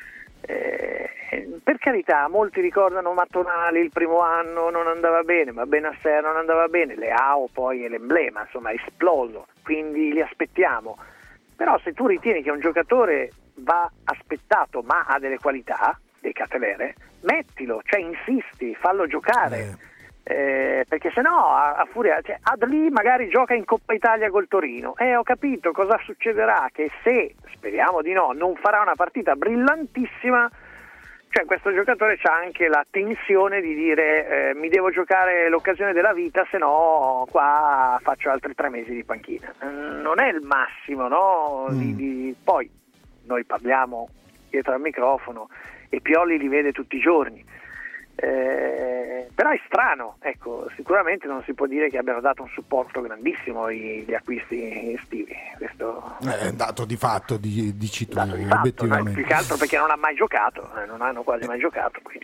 Per carità, molti ricordano Mattonali il primo anno non andava bene, ma Benasser non andava bene, Leao poi è l'emblema, insomma è esploso, quindi li aspettiamo. Però se tu ritieni che un giocatore va aspettato ma ha delle qualità, De Catelere, mettilo, cioè insisti, fallo giocare. Perché se no a furia, cioè, Adli magari gioca in Coppa Italia col Torino, ho capito cosa succederà, che se, speriamo di no, non farà una partita brillantissima, cioè questo giocatore c'ha anche la tensione di dire mi devo giocare l'occasione della vita, se no qua faccio altri 3 mesi di panchina. Non è il massimo, no? Poi noi parliamo dietro al microfono e Pioli li vede tutti i giorni. Però è strano, ecco, sicuramente non si può dire che abbiano dato un supporto grandissimo gli acquisti estivi, questo è un dato di fatto, dici tu, obiettivamente. No, più che altro perché non ha mai giocato, non hanno quasi mai giocato, quindi.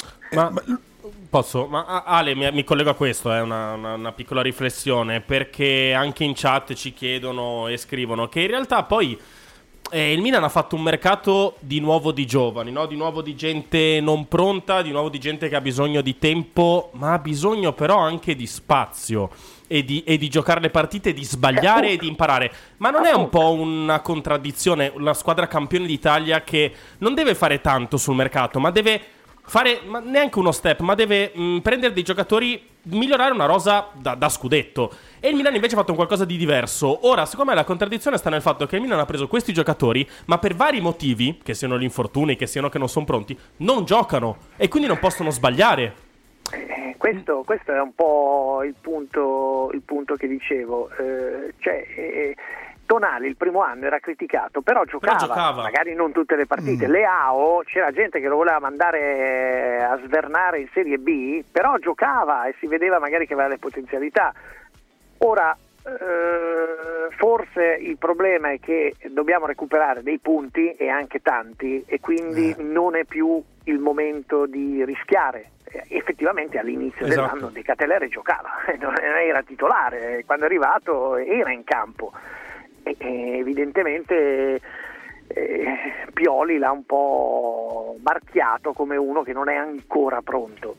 Ma Ale, mi collego a questo, una piccola riflessione, perché anche in chat ci chiedono e scrivono che in realtà poi il Milan ha fatto un mercato di nuovo di giovani, no? Di nuovo di gente non pronta, di nuovo di gente che ha bisogno di tempo, ma ha bisogno però anche di spazio e di giocare le partite, di sbagliare e di imparare. Ma non è un po' una contraddizione una squadra campione d'Italia che non deve fare tanto sul mercato, ma deve fare neanche uno step, ma deve prendere dei giocatori, migliorare una rosa da scudetto. E il Milan invece ha fatto un qualcosa di diverso. Ora, secondo me la contraddizione sta nel fatto che il Milan ha preso questi giocatori, ma per vari motivi, che siano gli infortuni, che siano che non sono pronti, non giocano e quindi non possono sbagliare. Questo è un po' il punto che dicevo, Tonali il primo anno era criticato, però giocava, magari non tutte le partite. Leao, c'era gente che lo voleva mandare a svernare in Serie B, però giocava e si vedeva magari che aveva le potenzialità. Ora forse il problema è che dobbiamo recuperare dei punti e anche tanti, e quindi non è più il momento di rischiare. Effettivamente all'inizio dell'anno De Ketelaere giocava, non era titolare, quando è arrivato era in campo e evidentemente Pioli l'ha un po' marchiato come uno che non è ancora pronto.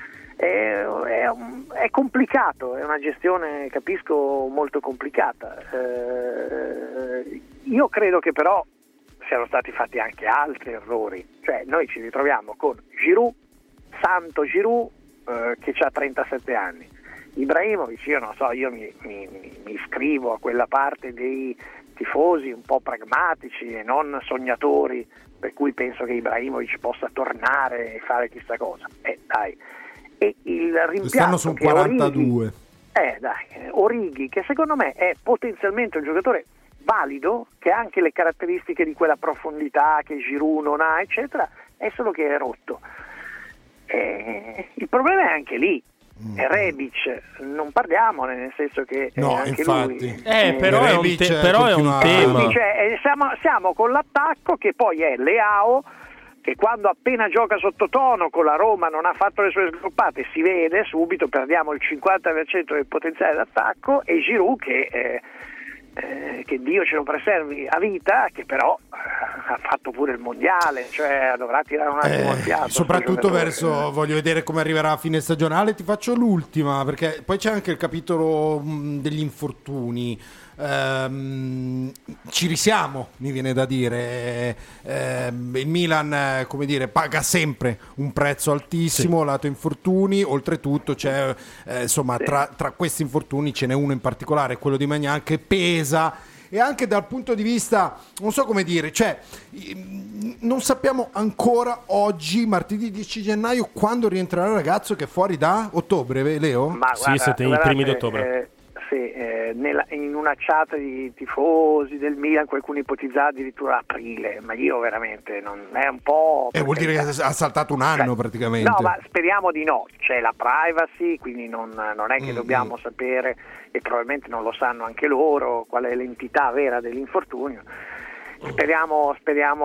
È complicato, è una gestione, capisco, molto complicata. Io credo che però siano stati fatti anche altri errori, cioè noi ci ritroviamo con Giroud, Santo Giroud, che ha 37 anni, Ibrahimovic, io non so, io mi iscrivo a quella parte dei tifosi un po' pragmatici e non sognatori, per cui penso che Ibrahimovic possa tornare e fare chissà cosa, dai. E il rimpianto quest'anno sono 42. Origi, che secondo me è potenzialmente un giocatore valido, che ha anche le caratteristiche di quella profondità che Giroud non ha, eccetera, è solo che è rotto. Il problema è anche lì. Rebic non parliamone, nel senso che anche infatti. Lui però è un tema. Cioè, siamo con l'attacco che poi è Leao, che quando appena gioca sottotono con la Roma non ha fatto le sue sgroppate, si vede subito, perdiamo il 50% del potenziale d'attacco, e Giroud che Dio ce lo preservi a vita, che però ha fatto pure il mondiale, cioè dovrà tirare un attimo al fiato. Soprattutto voglio vedere come arriverà a fine stagionale. Ti faccio l'ultima, perché poi c'è anche il capitolo degli infortuni. Ci risiamo, mi viene da dire. Il Milan, come dire, paga sempre un prezzo altissimo lato infortuni. Oltretutto c'è insomma tra questi infortuni ce n'è uno in particolare, quello di Maignan, che pesa, e anche dal punto di vista, non so come dire, cioè non sappiamo ancora oggi, martedì 10 gennaio, quando rientrerà il ragazzo che è fuori da ottobre, Leo? Ma guarda, siete i primi di ottobre. In una chat di tifosi del Milan qualcuno ipotizza addirittura aprile, ma io veramente non è un po', vuol dire che ha saltato un anno praticamente. No, ma speriamo di no, c'è la privacy, quindi non è che dobbiamo sapere, e probabilmente non lo sanno anche loro, qual è l'entità vera dell'infortunio. Speriamo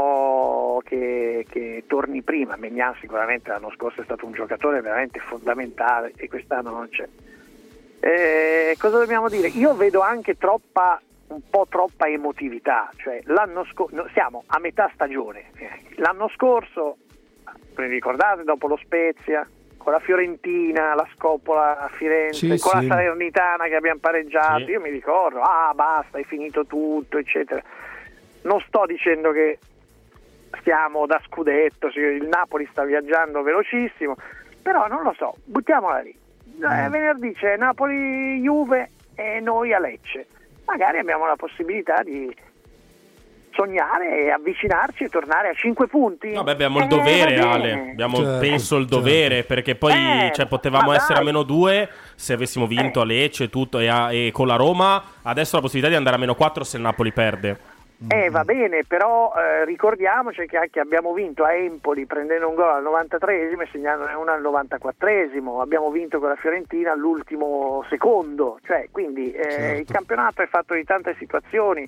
che torni prima. Maignan sicuramente l'anno scorso è stato un giocatore veramente fondamentale e quest'anno non c'è. Cosa dobbiamo dire? Io vedo anche un po' troppa emotività, cioè siamo a metà stagione. L'anno scorso, vi ricordate, dopo lo Spezia, con la Fiorentina, la Scopola a Firenze, con la Salernitana che abbiamo pareggiato, io mi ricordo, basta, è finito tutto, eccetera. Non sto dicendo che stiamo da scudetto, il Napoli sta viaggiando velocissimo, però non lo so, buttiamola lì. Venerdì c'è Napoli-Juve e noi a Lecce. Magari abbiamo la possibilità di sognare e avvicinarci e tornare a 5 punti. No, abbiamo il dovere, Ale. Penso il dovere, perché poi potevamo essere a -2 se avessimo vinto a Lecce tutto, e con la Roma adesso la possibilità di andare a -4 se il Napoli perde. Va bene, però ricordiamoci che anche abbiamo vinto a Empoli prendendo un gol al 93esimo e segnandone uno al 94esimo. Abbiamo vinto con la Fiorentina all'ultimo secondo, cioè quindi il campionato è fatto di tante situazioni.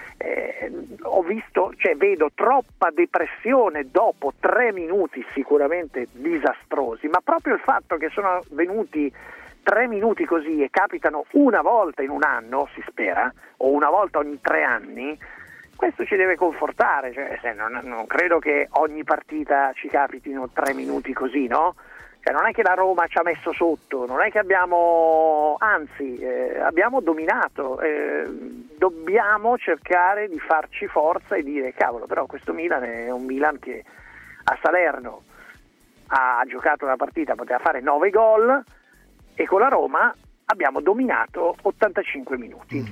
Vedo troppa depressione dopo 3 minuti sicuramente disastrosi, ma proprio il fatto che sono venuti 3 minuti così e capitano una volta in un anno, si spera, o una volta ogni 3 anni, questo ci deve confortare, cioè, non credo che ogni partita ci capitino 3 minuti così, no? Cioè, non è che la Roma ci ha messo sotto, non è che abbiamo dominato, dobbiamo cercare di farci forza e dire cavolo, però questo Milan è un Milan che a Salerno ha giocato una partita, poteva fare 9 gol, e con la Roma abbiamo dominato 85 minuti.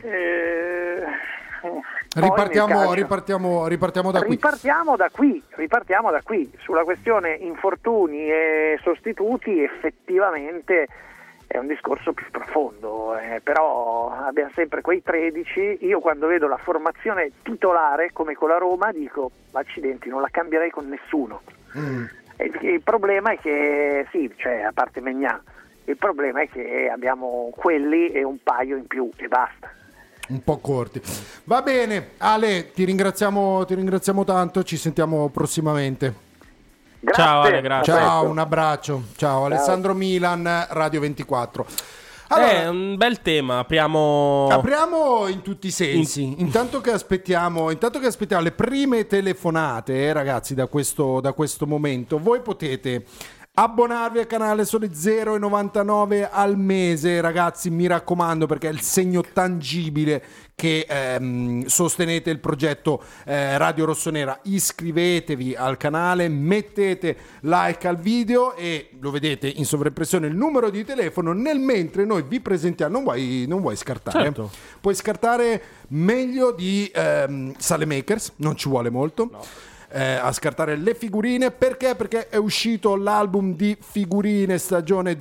Ripartiamo da qui. Ripartiamo da qui. Sulla questione infortuni e sostituti effettivamente è un discorso più profondo, però abbiamo sempre quei 13. Io quando vedo la formazione titolare come con la Roma dico accidenti, non la cambierei con nessuno. Il problema è che a parte Maignan, Il problema è che abbiamo quelli e un paio in più e basta. Un po' corti. Va bene, Ale, ti ringraziamo tanto, ci sentiamo prossimamente. Grazie. Ciao Ale, grazie. Ciao, un abbraccio. Ciao, Alessandro Milan, Radio 24. Allora, è un bel tema, apriamo in tutti i sensi. Intanto che aspettiamo le prime telefonate, ragazzi, da questo momento, voi potete abbonarvi al canale, sono 0,99 al mese, ragazzi, mi raccomando, perché è il segno tangibile che sostenete il progetto Radio Rossonera. Iscrivetevi al canale, mettete like al video e lo vedete in sovraimpressione il numero di telefono, nel mentre noi vi presentiamo. Non vuoi scartare? Certo. Puoi scartare meglio di Sale Makers, non ci vuole molto. No. A scartare le figurine, perché è uscito l'album di figurine stagione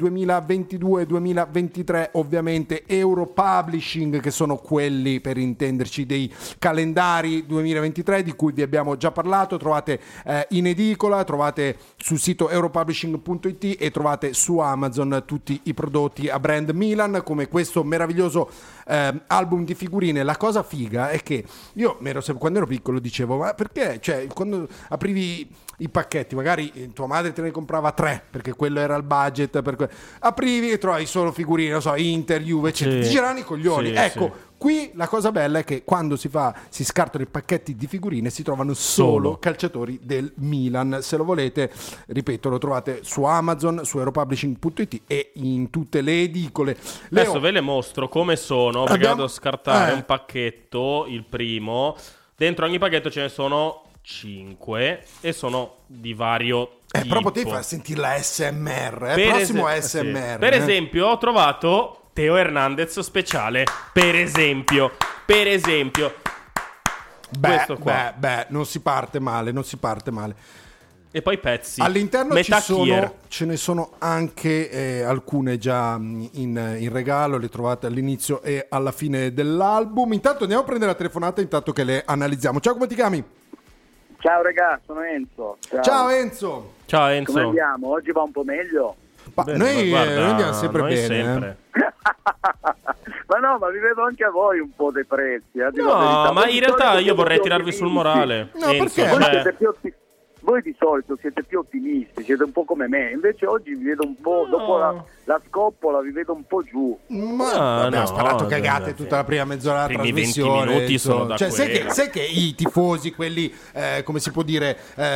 2022-2023, ovviamente Euro Publishing, che sono quelli, per intenderci, dei calendari 2023 di cui vi abbiamo già parlato. Trovate in edicola, trovate sul sito europublishing.it e trovate su Amazon tutti i prodotti a brand Milan, come questo meraviglioso album di figurine. La cosa figa è che io quando ero piccolo dicevo, ma perché, cioè, quando aprivi i pacchetti, magari tua madre te ne comprava 3 perché quello era il budget, aprivi e trovavi solo figurine, non so, Inter, Juve, eccetera. Ti girano i coglioni. Ecco, qui la cosa bella è che quando si scartano i pacchetti di figurine si trovano solo calciatori del Milan. Se lo volete, ripeto, lo trovate su Amazon, su europublishing.it e in tutte le edicole. Adesso ve le mostro come sono, perché vado a scartare un pacchetto, il primo. Dentro ogni pacchetto ce ne sono 5 e sono di vario tipo. Proprio te fai sentire la SMR, prossimo ASMR. Sì. Per esempio ho trovato Teo Hernandez speciale, per esempio. Questo qua. Non si parte male. E poi pezzi. All'interno ce ne sono anche alcune già in regalo, le trovate all'inizio e alla fine dell'album. Intanto andiamo a prendere la telefonata intanto che le analizziamo. Ciao, come ti chiami? Ciao ragazzi, sono Enzo. Ciao Enzo. Come andiamo? Oggi va un po' meglio? Noi andiamo sempre bene. Sempre. ma vi vedo anche a voi un po' depressi. No, ma in realtà io vorrei tirarvi sul morale. No, perché? Voi di solito siete più ottimisti, siete un po' come me, invece oggi vi vedo un po', dopo la scoppola vi vedo un po' giù. Ma abbiamo sparato cagate tutta la prima mezz'ora della trasmissione. 20 minuti sono da sai che i tifosi, quelli, come si può dire,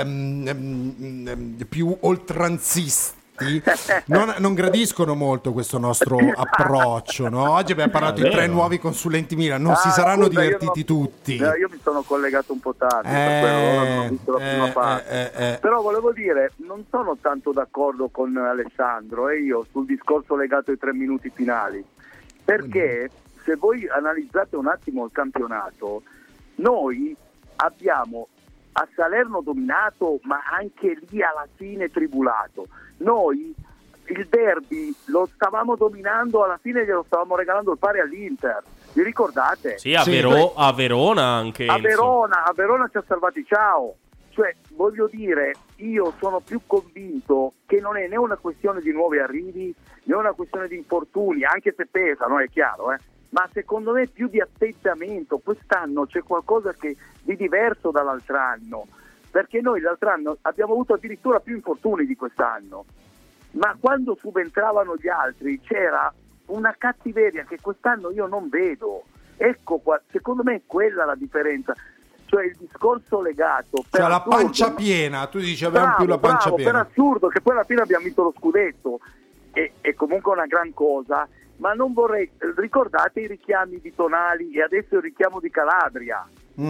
più oltranzisti, non gradiscono molto questo nostro approccio, no? Oggi abbiamo parlato di 3 nuovi consulenti Milan, non si saranno divertiti tutti. Io mi sono collegato un po' tardi, per quello non ho visto la prima parte. Però volevo dire, non sono tanto d'accordo con Alessandro e io sul discorso legato ai 3 minuti finali, perché se voi analizzate un attimo il campionato, noi abbiamo a Salerno dominato, ma anche lì alla fine tribulato. Noi il derby lo stavamo dominando, alla fine glielo stavamo regalando il pari all'Inter. Vi ricordate? Sì, a Verona anche. A Verona ci ha salvati, ciao. Cioè, voglio dire, io sono più convinto che non è né una questione di nuovi arrivi, né una questione di infortuni, anche se pesano, è chiaro, ma secondo me più di atteggiamento. Quest'anno c'è qualcosa di diverso dall'altro anno, perché noi l'altro anno abbiamo avuto addirittura più infortuni di quest'anno, ma quando subentravano gli altri c'era una cattiveria che quest'anno io non vedo. Ecco qua, secondo me è quella la differenza, cioè il discorso legato, cioè la pancia piena, tu dici abbiamo più la pancia piena. Per assurdo, che poi alla fine abbiamo vinto lo scudetto, è comunque una gran cosa, ma non vorrei, ricordate i richiami di Tonali e adesso il richiamo di Calabria.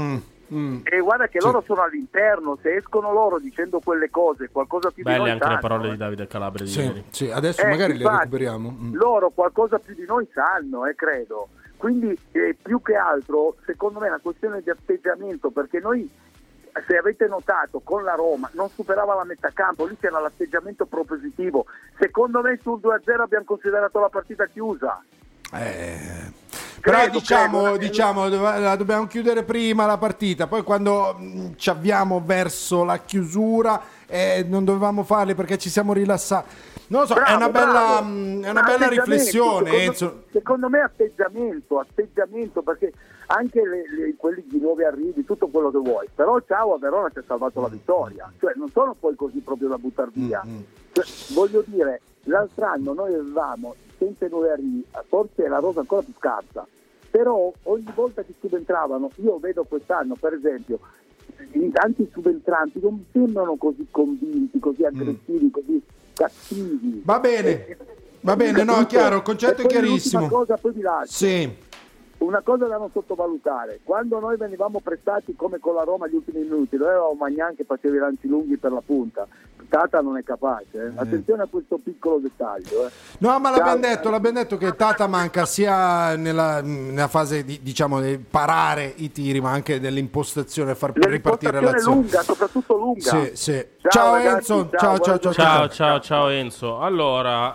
E guarda che loro sono all'interno, se escono loro dicendo quelle cose, qualcosa più belle di noi anche sanno, le parole di Davide Calabria di ieri. Sì, adesso magari le recuperiamo. Loro qualcosa più di noi sanno, credo. Quindi più che altro, secondo me è una questione di atteggiamento, perché noi, se avete notato, con la Roma non superava la metà campo, lì c'era l'atteggiamento propositivo. Secondo me sul 2-0 abbiamo considerato la partita chiusa. Però diciamo la dobbiamo chiudere prima la partita, poi quando ci avviamo verso la chiusura non dovevamo farli perché ci siamo rilassati. Non lo so, è una bella riflessione. Secondo me atteggiamento, perché anche quelli di nuovi arrivi, tutto quello che vuoi, però ciao, a Verona ci ha salvato la vittoria, cioè non sono poi così proprio da buttare via. Cioè, voglio dire, l'altro anno noi avevamo sempre nuovi arrivi, forse la rosa ancora più scarsa, però ogni volta che subentravano, io vedo quest'anno per esempio in tanti subentranti non sembrano così convinti, così aggressivi, così cattivi. Va bene, no, è chiaro, il concetto è chiarissimo. Una cosa poi vi lascio. Sì. Una cosa da non sottovalutare: quando noi venivamo prestati come con la Roma agli ultimi minuti, noi avevamo Magnan che faceva i lanci lunghi per la punta. Tata non è capace, attenzione a questo piccolo dettaglio. No, ma l'abbiamo detto che Tata manca sia nella fase di parare i tiri, ma anche dell'impostazione, far ripartire l'azione lunga, soprattutto lunga. Sì. Ciao ragazzi, Enzo, ciao Enzo. Allora,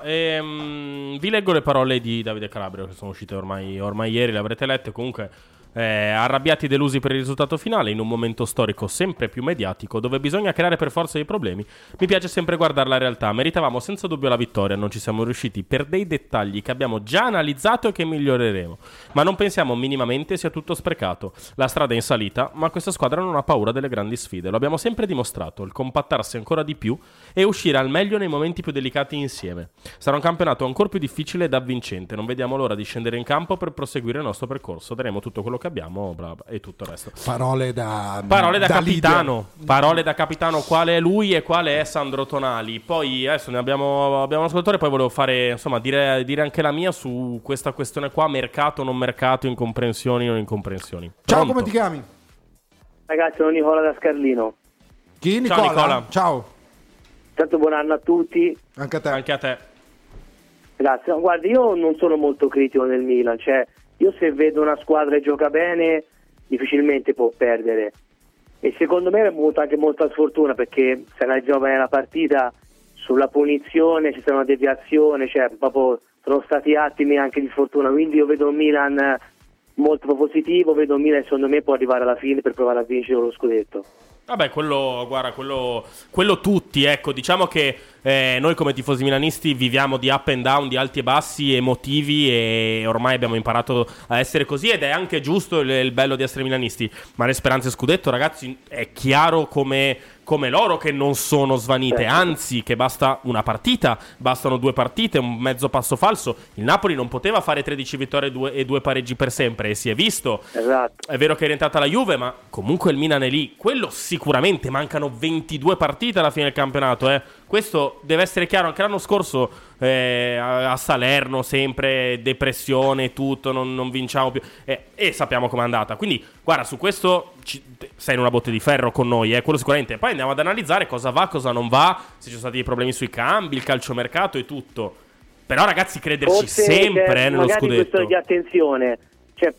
vi leggo le parole di Davide Calabria che sono uscite ormai ieri, le avrete lette. Comunque arrabbiati e delusi per il risultato finale in un momento storico sempre più mediatico dove bisogna creare per forza dei problemi, mi piace sempre guardare la realtà. Meritavamo senza dubbio la vittoria, non ci siamo riusciti per dei dettagli che abbiamo già analizzato e che miglioreremo, ma non pensiamo minimamente sia tutto sprecato. La strada è in salita, ma questa squadra non ha paura delle grandi sfide, lo abbiamo sempre dimostrato, il compattarsi ancora di più e uscire al meglio nei momenti più delicati insieme. Sarà un campionato ancora più difficile ed avvincente, non vediamo l'ora di scendere in campo per proseguire il nostro percorso, daremo tutto quello che abbiamo, e tutto il resto. Parole da capitano. Parole da capitano, quale è lui e quale è Sandro Tonali. Poi adesso ne abbiamo un ascoltatore, poi volevo fare, insomma, dire anche la mia su questa questione qua, mercato, non mercato, incomprensioni, non incomprensioni. Ciao, come ti chiami? Ragazzi, sono Nicola da Scarlino. Chi? Nicola? Ciao Nicola. Ciao. Tanto buon anno a tutti. Anche a te. Grazie. No, guardi, io non sono molto critico nel Milan, cioè io se vedo una squadra che gioca bene difficilmente può perdere, e secondo me è avuto anche molta sfortuna, perché se analizziamo bene la partita, sulla punizione c'è stata una deviazione, cioè proprio sono stati attimi anche di fortuna, quindi io vedo un Milan molto positivo, vedo un Milan secondo me può arrivare alla fine per provare a vincere lo scudetto. Vabbè, quello tutti, ecco, diciamo che noi come tifosi milanisti viviamo di up and down, di alti e bassi emotivi, e ormai abbiamo imparato a essere così, ed è anche giusto il bello di essere milanisti, ma le speranze scudetto, ragazzi, è chiaro come loro che non sono svanite, anzi che basta una partita, bastano 2 partite, un mezzo passo falso. Il Napoli non poteva fare 13 vittorie e 2 pareggi per sempre, e si è visto. Esatto. È vero che è rientrata la Juve, ma comunque il Milan è lì, quello sicuramente. Mancano 22 partite alla fine del campionato, questo deve essere chiaro. Anche l'anno scorso a Salerno sempre depressione, tutto, non vinciamo più, e sappiamo com'è andata. Quindi guarda, su questo sei in una botte di ferro con noi, quello sicuramente. Poi andiamo ad analizzare cosa va, cosa non va, se ci sono stati dei problemi sui cambi, il calciomercato e tutto. Però ragazzi, crederci forse sempre nello magari scudetto. Questione di attenzione, cioè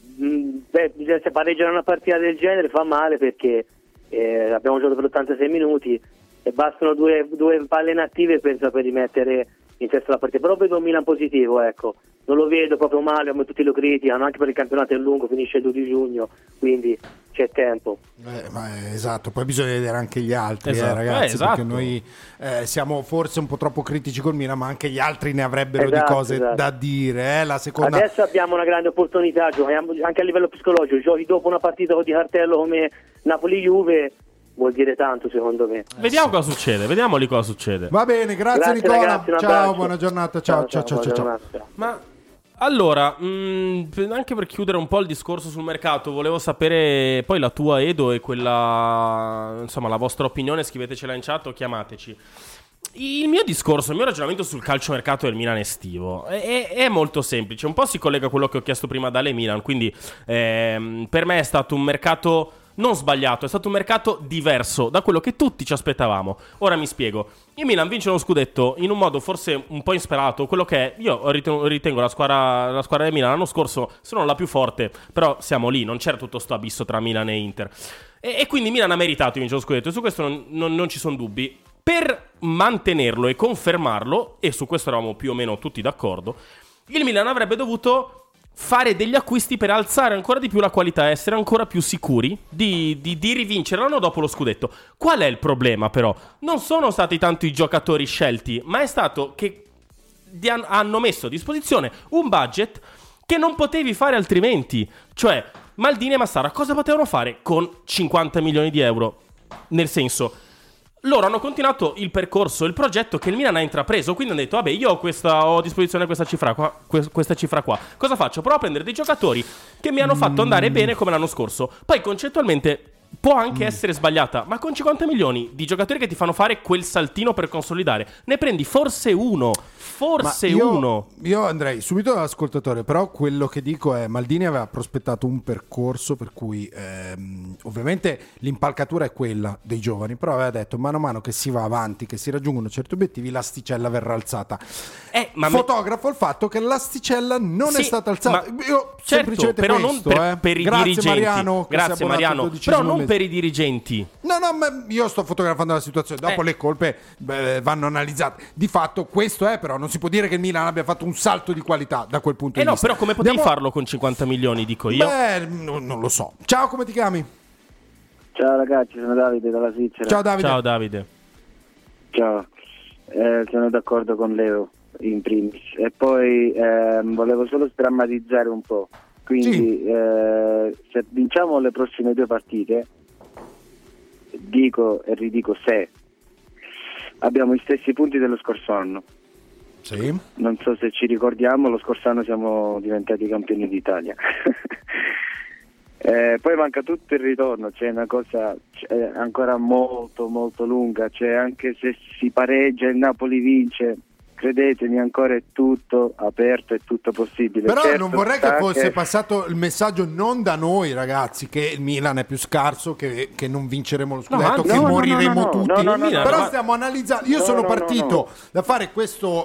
se pareggiare una partita del genere fa male, perché abbiamo giocato per 86 minuti e bastano due palle inattive per rimettere in testa la partita. Però vedo un Milan positivo, ecco, non lo vedo proprio male come tutti lo criticano, anche per il campionato è lungo, finisce il 2 di giugno, quindi c'è tempo. Esatto, poi bisogna vedere anche gli altri, esatto. Ragazzi, Esatto. perché noi siamo forse un po' troppo critici col Milan, ma anche gli altri ne avrebbero di cose da dire. La seconda... Adesso abbiamo una grande opportunità, giochiamo anche a livello psicologico, giochi dopo una partita di cartello come Napoli-Juve, vuol dire tanto secondo me. Vediamo cosa succede, vediamoli cosa succede. Va bene, grazie Nicola, ragazzi, ciao, buona giornata, ciao. Ma allora, anche per chiudere un po' il discorso sul mercato, volevo sapere poi la tua, Edo, e quella, insomma, la vostra opinione. Scrivetecela in chat o chiamateci. Il mio discorso, il mio ragionamento sul calciomercato del Milan estivo è molto semplice, un po' si collega a quello che ho chiesto prima dalle Milan. Quindi per me è stato un mercato non sbagliato, è stato un mercato diverso da quello che tutti ci aspettavamo. Ora mi spiego. Il Milan vince lo scudetto in un modo forse un po' insperato, quello che è, io ritengo la squadra del Milan l'anno scorso, se non la più forte, però siamo lì, non c'era tutto sto abisso tra Milan e Inter, e quindi Milan ha meritato di vincere lo scudetto, e su questo non ci sono dubbi. Per mantenerlo e confermarlo, e su questo eravamo più o meno tutti d'accordo, il Milan avrebbe dovuto fare degli acquisti per alzare ancora di più la qualità e essere ancora più sicuri di rivincere l'anno dopo lo scudetto. Qual è il problema però? Non sono stati tanto i giocatori scelti, ma è stato che hanno messo a disposizione un budget che non potevi fare altrimenti. Cioè, Maldini e Massara cosa potevano fare con 50 milioni di euro? Nel senso, loro hanno continuato il percorso, il progetto che il Milan ha intrapreso. Quindi hanno detto, vabbè, io ho a disposizione questa cifra qua. Cosa faccio? Provo a prendere dei giocatori che mi hanno fatto andare bene come l'anno scorso. Poi concettualmente può anche essere sbagliata, ma con 50 milioni di giocatori che ti fanno fare quel saltino per consolidare, ne prendi forse uno. Io andrei subito all'ascoltatore, però quello che dico è: Maldini aveva prospettato un percorso per cui ovviamente l'impalcatura è quella dei giovani, però aveva detto mano a mano che si va avanti, che si raggiungono certi obiettivi, l'asticella verrà alzata. Fotografo il fatto che l'asticella non è stata alzata. Io semplicemente però questo, non per i dirigenti. Grazie Mariano, però non per i dirigenti. No, ma io sto fotografando la situazione. Dopo le colpe vanno analizzate. Di fatto questo è, però non si può dire che il Milan abbia fatto un salto di qualità da quel punto di vista. Però come potevi farlo con 50 milioni, dico io? Non lo so. Ciao, come ti chiami? Ciao ragazzi, sono Davide dalla Svizzera. Ciao Davide. Ciao Davide. Ciao, sono d'accordo con Leo in primis. E poi volevo solo sdrammatizzare un po'. Quindi se vinciamo le prossime 2 partite, dico e ridico se abbiamo gli stessi punti dello scorso anno. Sì. Non so se ci ricordiamo, lo scorso anno siamo diventati campioni d'Italia. Poi manca tutto il ritorno, c'è una cosa ancora molto molto lunga, cioè anche se si pareggia il Napoli vince, credetemi, ancora è tutto aperto, è tutto possibile. Però certo, non vorrei che fosse passato il messaggio non da noi ragazzi che il Milan è più scarso, che non vinceremo lo scudetto, che moriremo tutti. Però stiamo analizzando. Io sono partito da fare questo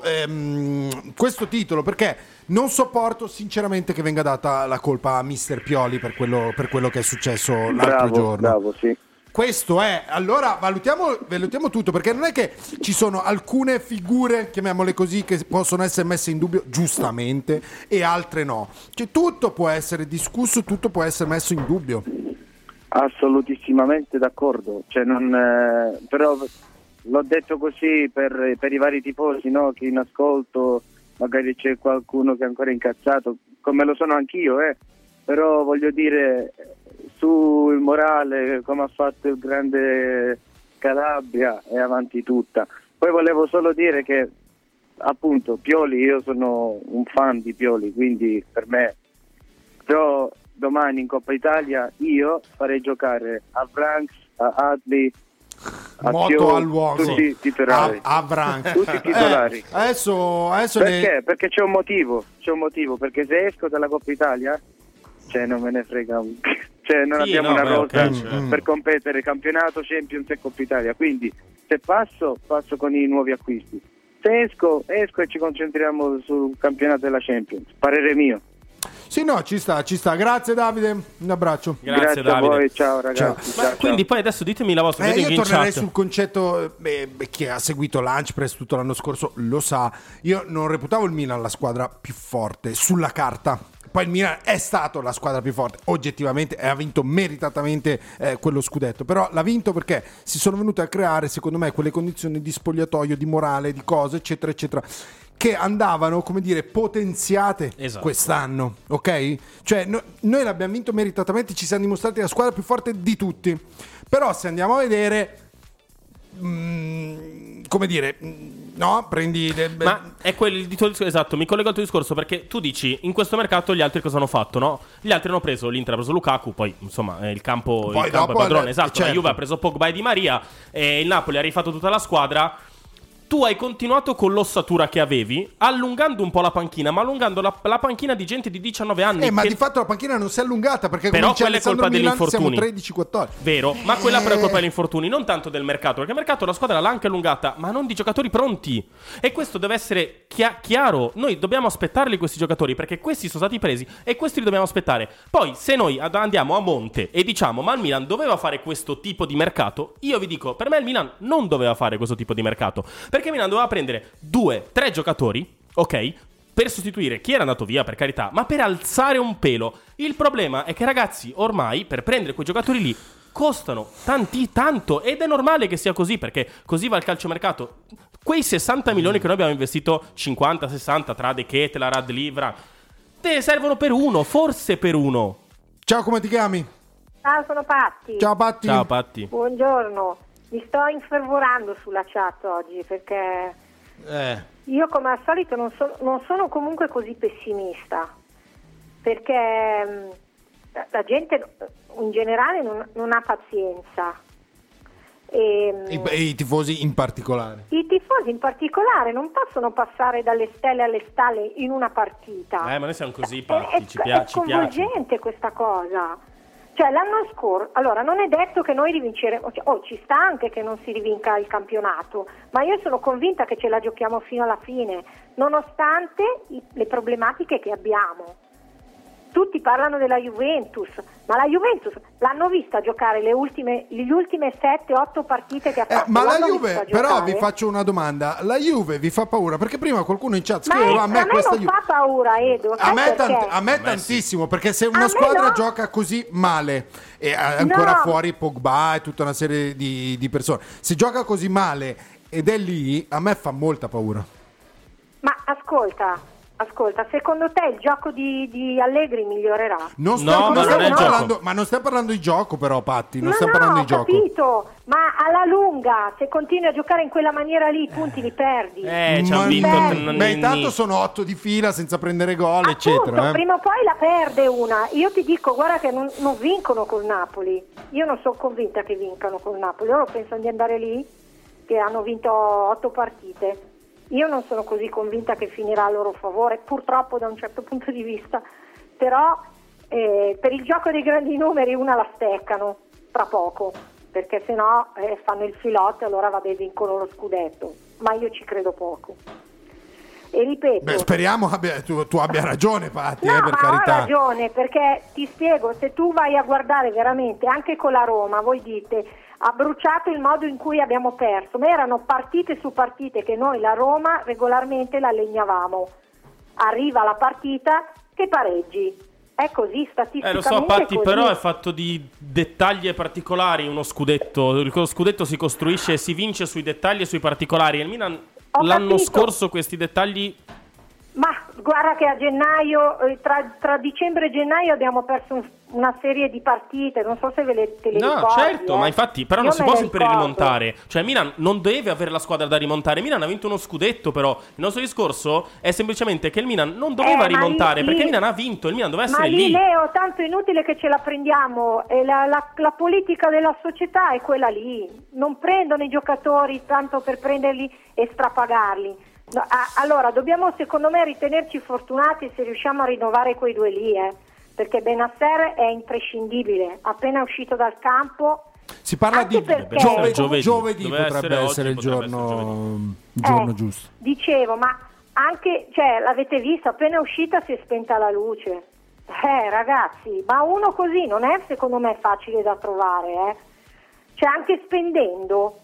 titolo perché non sopporto sinceramente che venga data la colpa a Mister Pioli per quello che è successo l'altro giorno. Bravo, sì. Questo è, allora valutiamo tutto, perché non è che ci sono alcune figure, chiamiamole così, che possono essere messe in dubbio giustamente e altre no. Cioè tutto può essere discusso, tutto può essere messo in dubbio. Assolutissimamente d'accordo, cioè però l'ho detto così per i vari tifosi, no? Che in ascolto magari c'è qualcuno che è ancora incazzato, come lo sono anch'io, però voglio dire, sul morale, come ha fatto il grande Calabria, è avanti tutta. Poi volevo solo dire che appunto Pioli, io sono un fan di Pioli, quindi per me, però domani in Coppa Italia io farei giocare a Branks, a Adli, a Moto all'uomo, tutti titolari, tutti titolari. Adesso perché c'è un motivo, perché se esco dalla Coppa Italia, cioè non me ne frega non abbiamo una rosa per competere campionato, Champions e Coppa Italia, quindi se passo con i nuovi acquisti, se esco e ci concentriamo sul campionato della Champions, parere mio. Sì, no, ci sta. Grazie Davide, un abbraccio. Grazie Davide. A voi, ciao ragazzi. Ciao. Quindi poi adesso ditemi la vostra idea. Io tornerei sul concetto, chi ha seguito Lunch Press tutto l'anno scorso lo sa, io non reputavo il Milan la squadra più forte sulla carta. Poi il Milan è stato la squadra più forte oggettivamente e ha vinto meritatamente quello scudetto, però l'ha vinto perché si sono venute a creare, secondo me, quelle condizioni di spogliatoio, di morale, di cose eccetera eccetera, che andavano, come dire, potenziate quest'anno, ok? Cioè noi l'abbiamo vinto meritatamente, ci siamo dimostrati la squadra più forte di tutti, però se andiamo a vedere come dire, no, prendi ma è il tuo discorso, esatto, mi collego al tuo discorso, perché tu dici in questo mercato gli altri cosa hanno fatto, no? Gli altri hanno preso, l'Inter ha preso Lukaku, poi insomma il campo è padrone, esatto, certo. La Juve ha preso Pogba e Di Maria e il Napoli ha rifatto tutta la squadra. Tu hai continuato con l'ossatura che avevi, allungando un po' la panchina, ma allungando la panchina di gente di 19 anni. Ma di fatto la panchina non si è allungata, perché però quella è colpa degli infortuni. Siamo 13-14. Vero, ma quella però è colpa degli infortuni, non tanto del mercato, perché il mercato la squadra l'ha anche allungata, ma non di giocatori pronti. E questo deve essere chiaro. Noi dobbiamo aspettarli questi giocatori, perché questi sono stati presi e questi li dobbiamo aspettare. Poi se noi andiamo a monte e diciamo ma il Milan doveva fare questo tipo di mercato, io vi dico, per me il Milan non doveva fare questo tipo di mercato, perché Milan doveva prendere 2-3 giocatori, ok, per sostituire chi era andato via, per carità, ma per alzare un pelo. Il problema è che, ragazzi, ormai per prendere quei giocatori lì costano tanto, ed è normale che sia così, perché così va il calciomercato. Quei 60 milioni che noi abbiamo investito, 50-60 tra De Ketelaere, Radlivra, te servono per uno, forse per uno. Ciao, come ti chiami? Ciao, sono Patti. Ciao Patti. Ciao Patti. Buongiorno. Mi sto infervorando sulla chat oggi perché io, come al solito, non sono comunque così pessimista, perché la gente in generale non ha pazienza. E i tifosi in particolare. I tifosi in particolare non possono passare dalle stelle alle stalle in una partita. Ma noi siamo così, Patti, ci piace. È sconvolgente questa cosa. Cioè, l'anno scorso, allora, non è detto che noi rivinceremo, ci sta anche che non si rivinca il campionato, ma io sono convinta che ce la giochiamo fino alla fine, nonostante le problematiche che abbiamo. Tutti parlano della Juventus, ma la Juventus l'hanno vista giocare le ultime 7-8 partite che ha fatto. Ma la Juve, però vi faccio una domanda, la Juve vi fa paura? Perché prima qualcuno in chat scriveva a me questa non fa paura, Edo. A me tantissimo, perché se una squadra gioca così male e ancora fuori Pogba e tutta una serie di persone, se gioca così male ed è lì, a me fa molta paura. Ma ascolta, secondo te il gioco di Allegri migliorerà? Non stiamo parlando di gioco, però, Patti. Non stiamo parlando di gioco. Ho capito, ma alla lunga, se continui a giocare in quella maniera lì, i punti li perdi. Intanto sono 8 di fila senza prendere gol, eccetera. Prima o poi la perde una. Io ti dico, guarda che non vincono col Napoli. Io non sono convinta che vincano col Napoli. Loro pensano di andare lì, che hanno vinto 8 partite. Io non sono così convinta che finirà a loro favore, purtroppo da un certo punto di vista, però per il gioco dei grandi numeri una la steccano tra poco, perché sennò fanno il filotto e allora vincono lo scudetto, ma io ci credo poco. E ripeto... speriamo tu abbia ragione, Patti, per carità. Ho ragione, perché ti spiego, se tu vai a guardare veramente, anche con la Roma, voi dite... ha bruciato il modo in cui abbiamo perso, ma erano partite su partite che noi la Roma regolarmente la legnavamo. Arriva la partita che pareggi. È così, statisticamente. Lo so, Patti, così. però è fatto di dettagli e particolari uno scudetto. Lo scudetto si costruisce e si vince sui dettagli e sui particolari. E il Milan l'anno scorso questi dettagli... Ma guarda che a gennaio, tra dicembre e gennaio abbiamo perso una serie di partite, non so se te le ricordi. No, certo, ma infatti, però non si può sempre rimontare. Cioè Milan non deve avere la squadra da rimontare. Milan ha vinto uno scudetto, però il nostro discorso è semplicemente che il Milan non doveva rimontare, perché il Milan ha vinto, il Milan doveva essere lì. Ma Leo, tanto è inutile che ce la prendiamo, e la politica della società è quella lì. Non prendono i giocatori tanto per prenderli e strapagarli. No, allora dobbiamo, secondo me, ritenerci fortunati se riusciamo a rinnovare quei due lì, perché Benasser è imprescindibile, appena uscito dal campo. Si parla di giovedì potrebbe essere il giorno giusto. Dicevo, ma anche, l'avete visto, appena uscita si è spenta la luce. Ragazzi, ma uno così non è, secondo me, facile da trovare, anche spendendo.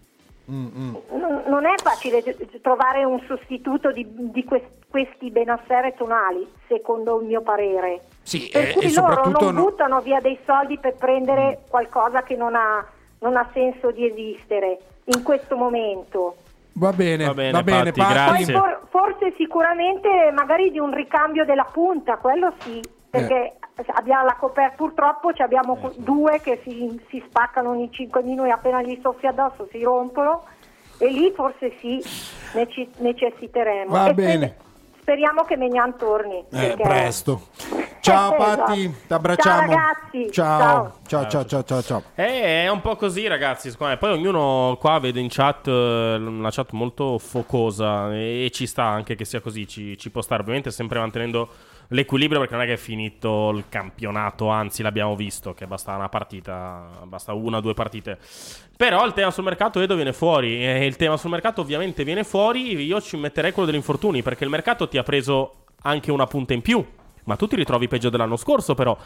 Non è facile trovare un sostituto di questi Benasser e Tonali, secondo il mio parere. Sì, per cui loro non buttano via dei soldi per prendere qualcosa che non ha senso di esistere in questo momento. Va bene, Patti, grazie. Poi forse sicuramente magari di un ricambio della punta, quello sì, perché abbiamo la coperta, purtroppo abbiamo due che si spaccano ogni 5 minuti, appena gli soffia addosso si rompono, e lì forse sì, necessiteremo. Va bene. Speriamo che Maignan torni. Presto. Ciao Patti, ti abbracciamo. Ciao ragazzi. Ciao. È un po' così, ragazzi, secondo me. Poi ognuno qua vede in chat una chat molto focosa, e ci sta anche che sia così, ci può stare, ovviamente sempre mantenendo l'equilibrio, perché non è che è finito il campionato, anzi l'abbiamo visto che basta una partita, basta 1 o 2 partite. Però il tema sul mercato, Edo, viene fuori, e il tema sul mercato ovviamente viene fuori. Io ci metterei quello degli infortuni, perché il mercato ti ha preso anche una punta in più, ma tu ti ritrovi peggio dell'anno scorso, però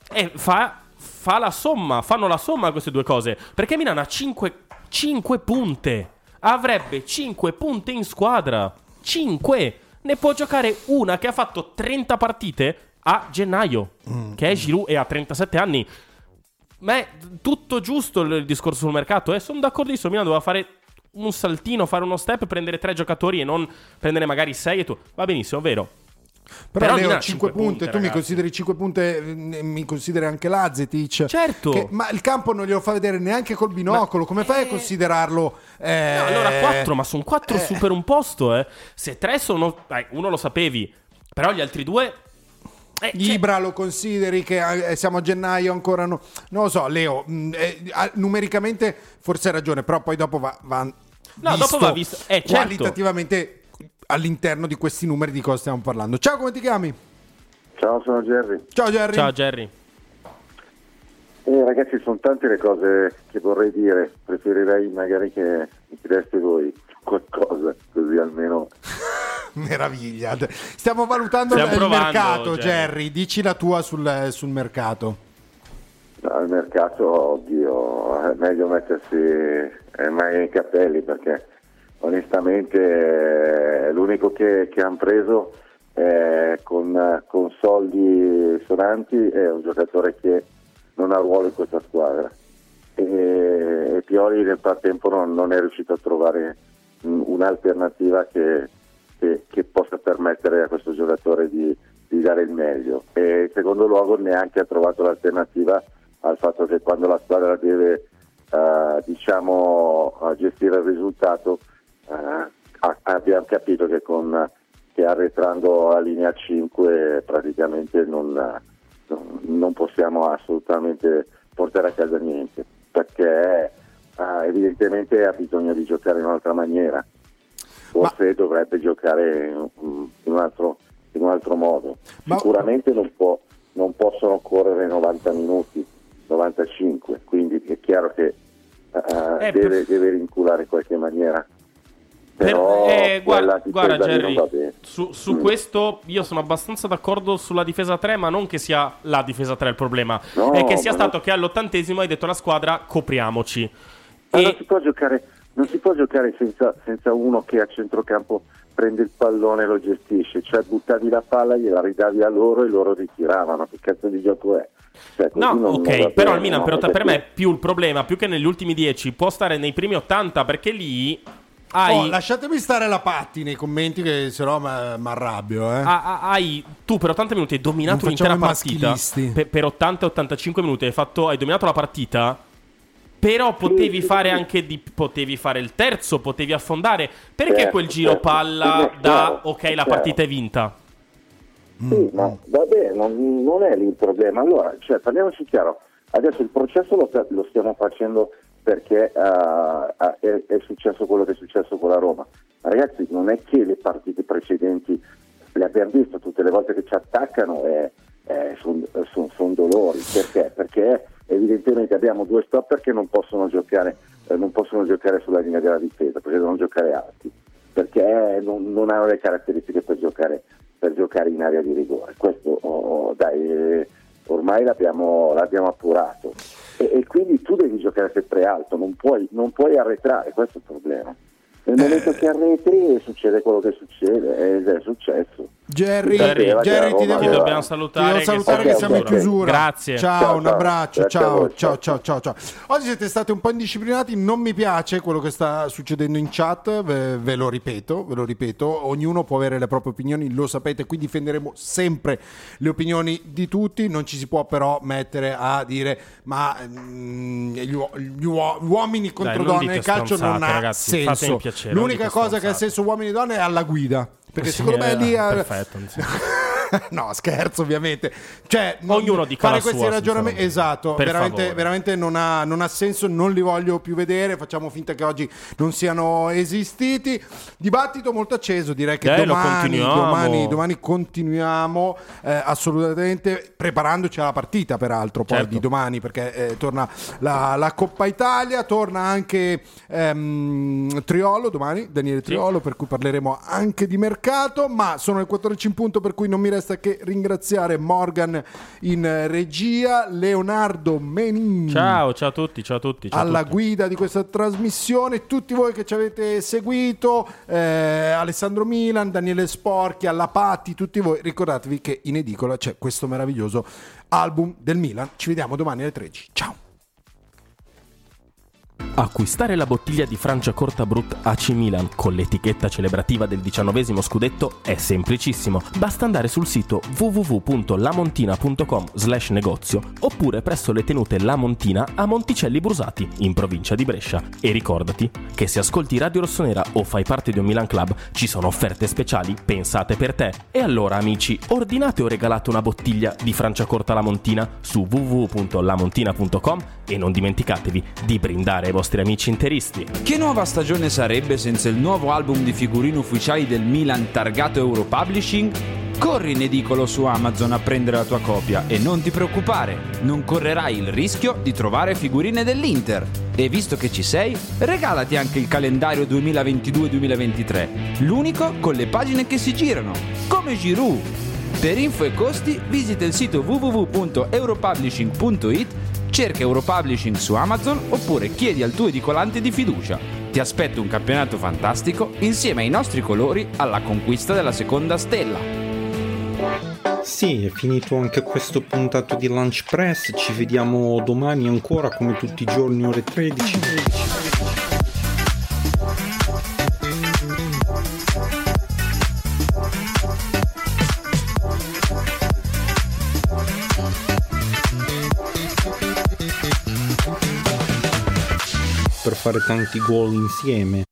fa la somma, fanno la somma queste due cose, perché Milan ha 5 punte, avrebbe 5 punte in squadra, 5. ne può giocare una che ha fatto 30 partite a gennaio, che è Giroud, e ha 37 anni. Ma è tutto giusto il discorso sul mercato, sono d'accordissimo. Milan doveva fare un saltino, fare uno step, prendere 3 giocatori e non prendere magari 6 e tu. Va benissimo, vero. Però Leo, 5 punte, tu ragazzi. Mi consideri 5 punte, mi consideri anche Lazetic. Certo. Ma il campo non glielo fa vedere neanche col binocolo. Come fai a considerarlo? No, allora 4, ma sono 4 su per un posto. Se 3 sono... uno lo sapevi, però gli altri 2... Ibra lo consideri che siamo a gennaio ancora non lo so, Leo, numericamente forse hai ragione, però poi dopo va dopo va visto qualitativamente all'interno di questi numeri di cosa stiamo parlando. Ciao, come ti chiami? Ciao, sono Jerry. Ciao Jerry. Ragazzi, sono tante le cose che vorrei dire, preferirei magari che mi chiedeste voi qualcosa, così almeno... Meraviglia. Stiamo valutando il mercato, Jerry. Dici la tua sul mercato. No, il mercato, oddio, è meglio mettersi mai nei capelli, perché onestamente l'unico che hanno preso con soldi sonanti è un giocatore che non ha ruolo in questa squadra, e Pioli nel frattempo non è riuscito a trovare un'alternativa che possa permettere a questo giocatore di dare il meglio, e in secondo luogo neanche ha trovato l'alternativa al fatto che quando la squadra deve gestire il risultato, abbiamo capito che arretrando a linea 5 praticamente non possiamo assolutamente portare a casa niente, perché evidentemente ha bisogno di giocare in un'altra maniera. Forse dovrebbe giocare in un altro modo. Sicuramente non possono correre 90 minuti, 95, quindi è chiaro che deve rinculare in qualche maniera. Però guarda Jerry, su questo io sono abbastanza d'accordo sulla difesa 3, ma non che sia la difesa 3 il problema, è che sia stato che all'80° hai detto alla squadra copriamoci. Non si può giocare senza uno che a centrocampo prende il pallone e lo gestisce, cioè buttavi la palla, gliela ridavi a loro e loro ritiravano. Che cazzo di gioco è? Però il Milan per me è più il problema, più che negli ultimi 10, può stare nei primi 80, perché lì lasciatemi stare la Patti nei commenti, che se no mi arrabbio. Tu per 80 minuti hai dominato l'intera partita, per 80-85 minuti hai dominato la partita. Però potevi fare anche potevi fare il terzo, potevi affondare. Perché quel giro palla la partita è vinta? Sì, ma vabbè, non è lì il problema. Allora, parliamoci chiaro. Adesso il processo lo stiamo facendo perché è successo quello che è successo con la Roma. Ragazzi, non è che le partite precedenti le abbiamo visto, tutte le volte che ci attaccano sono dolori. Perché? Perché evidentemente abbiamo 2 stopper che non possono giocare sulla linea della difesa, perché devono giocare alti, perché non hanno le caratteristiche per giocare in area di rigore. Questo ormai l'abbiamo appurato, e quindi tu devi giocare sempre alto, non puoi arretrare. Questo è il problema. Nel momento che arretri succede quello che succede, ed è successo. Jerry, ti dobbiamo salutare. Che siamo in chiusura. Grazie. Ciao, un abbraccio. Ciao. Oggi siete stati un po' indisciplinati. Non mi piace quello che sta succedendo in chat. Ve lo ripeto. Ognuno può avere le proprie opinioni, lo sapete. Qui difenderemo sempre le opinioni di tutti. Non ci si può però mettere a dire ma gli uomini contro donne nel calcio non ha senso. L'unica cosa che ha senso uomini e donne è alla guida. Perché secondo me lì perfetto, no, scherzo, ovviamente. Ognuno dica fare la questi sua, ragionamenti, esatto, veramente non ha senso, non li voglio più vedere. Facciamo finta che oggi non siano esistiti. Dibattito molto acceso, direi che domani continuiamo assolutamente, preparandoci alla partita peraltro poi di domani, perché torna la Coppa Italia, torna anche Triolo domani, Daniele Triolo, per cui parleremo anche di mercato. Ma sono le 14 in punto, per cui non mi resta resta che ringraziare Morgan in regia, Leonardo Menin. Ciao a tutti. Alla guida di questa trasmissione, tutti voi che ci avete seguito, Alessandro Milan, Daniele Sporchi, alla Patti, tutti voi, ricordatevi che in edicola c'è questo meraviglioso album del Milan. Ci vediamo domani alle 13. Ciao. Acquistare la bottiglia di Franciacorta Brut AC Milan con l'etichetta celebrativa del 19° scudetto è semplicissimo. Basta andare sul sito www.lamontina.com/negozio oppure presso le tenute La Montina a Monticelli Brusati, in provincia di Brescia. E ricordati che se ascolti Radio Rossonera o fai parte di un Milan Club ci sono offerte speciali pensate per te. E allora amici, ordinate o regalate una bottiglia di Franciacorta La Montina su www.lamontina.com e non dimenticatevi di brindare ai vostri amici interisti. Che nuova stagione sarebbe senza il nuovo album di figurine ufficiali del Milan targato Europublishing? Corri in edicolo su Amazon a prendere la tua copia e non ti preoccupare, non correrai il rischio di trovare figurine dell'Inter. E visto che ci sei, regalati anche il calendario 2022-2023, l'unico con le pagine che si girano, come Giroud. Per info e costi visita il sito www.europublishing.it, cerca Europublishing su Amazon oppure chiedi al tuo edicolante di fiducia. Ti aspetto un campionato fantastico insieme ai nostri colori alla conquista della seconda stella. Sì, è finito anche questo puntato di Lunch Press, ci vediamo domani ancora come tutti i giorni ore 13. Per fare tanti gol insieme.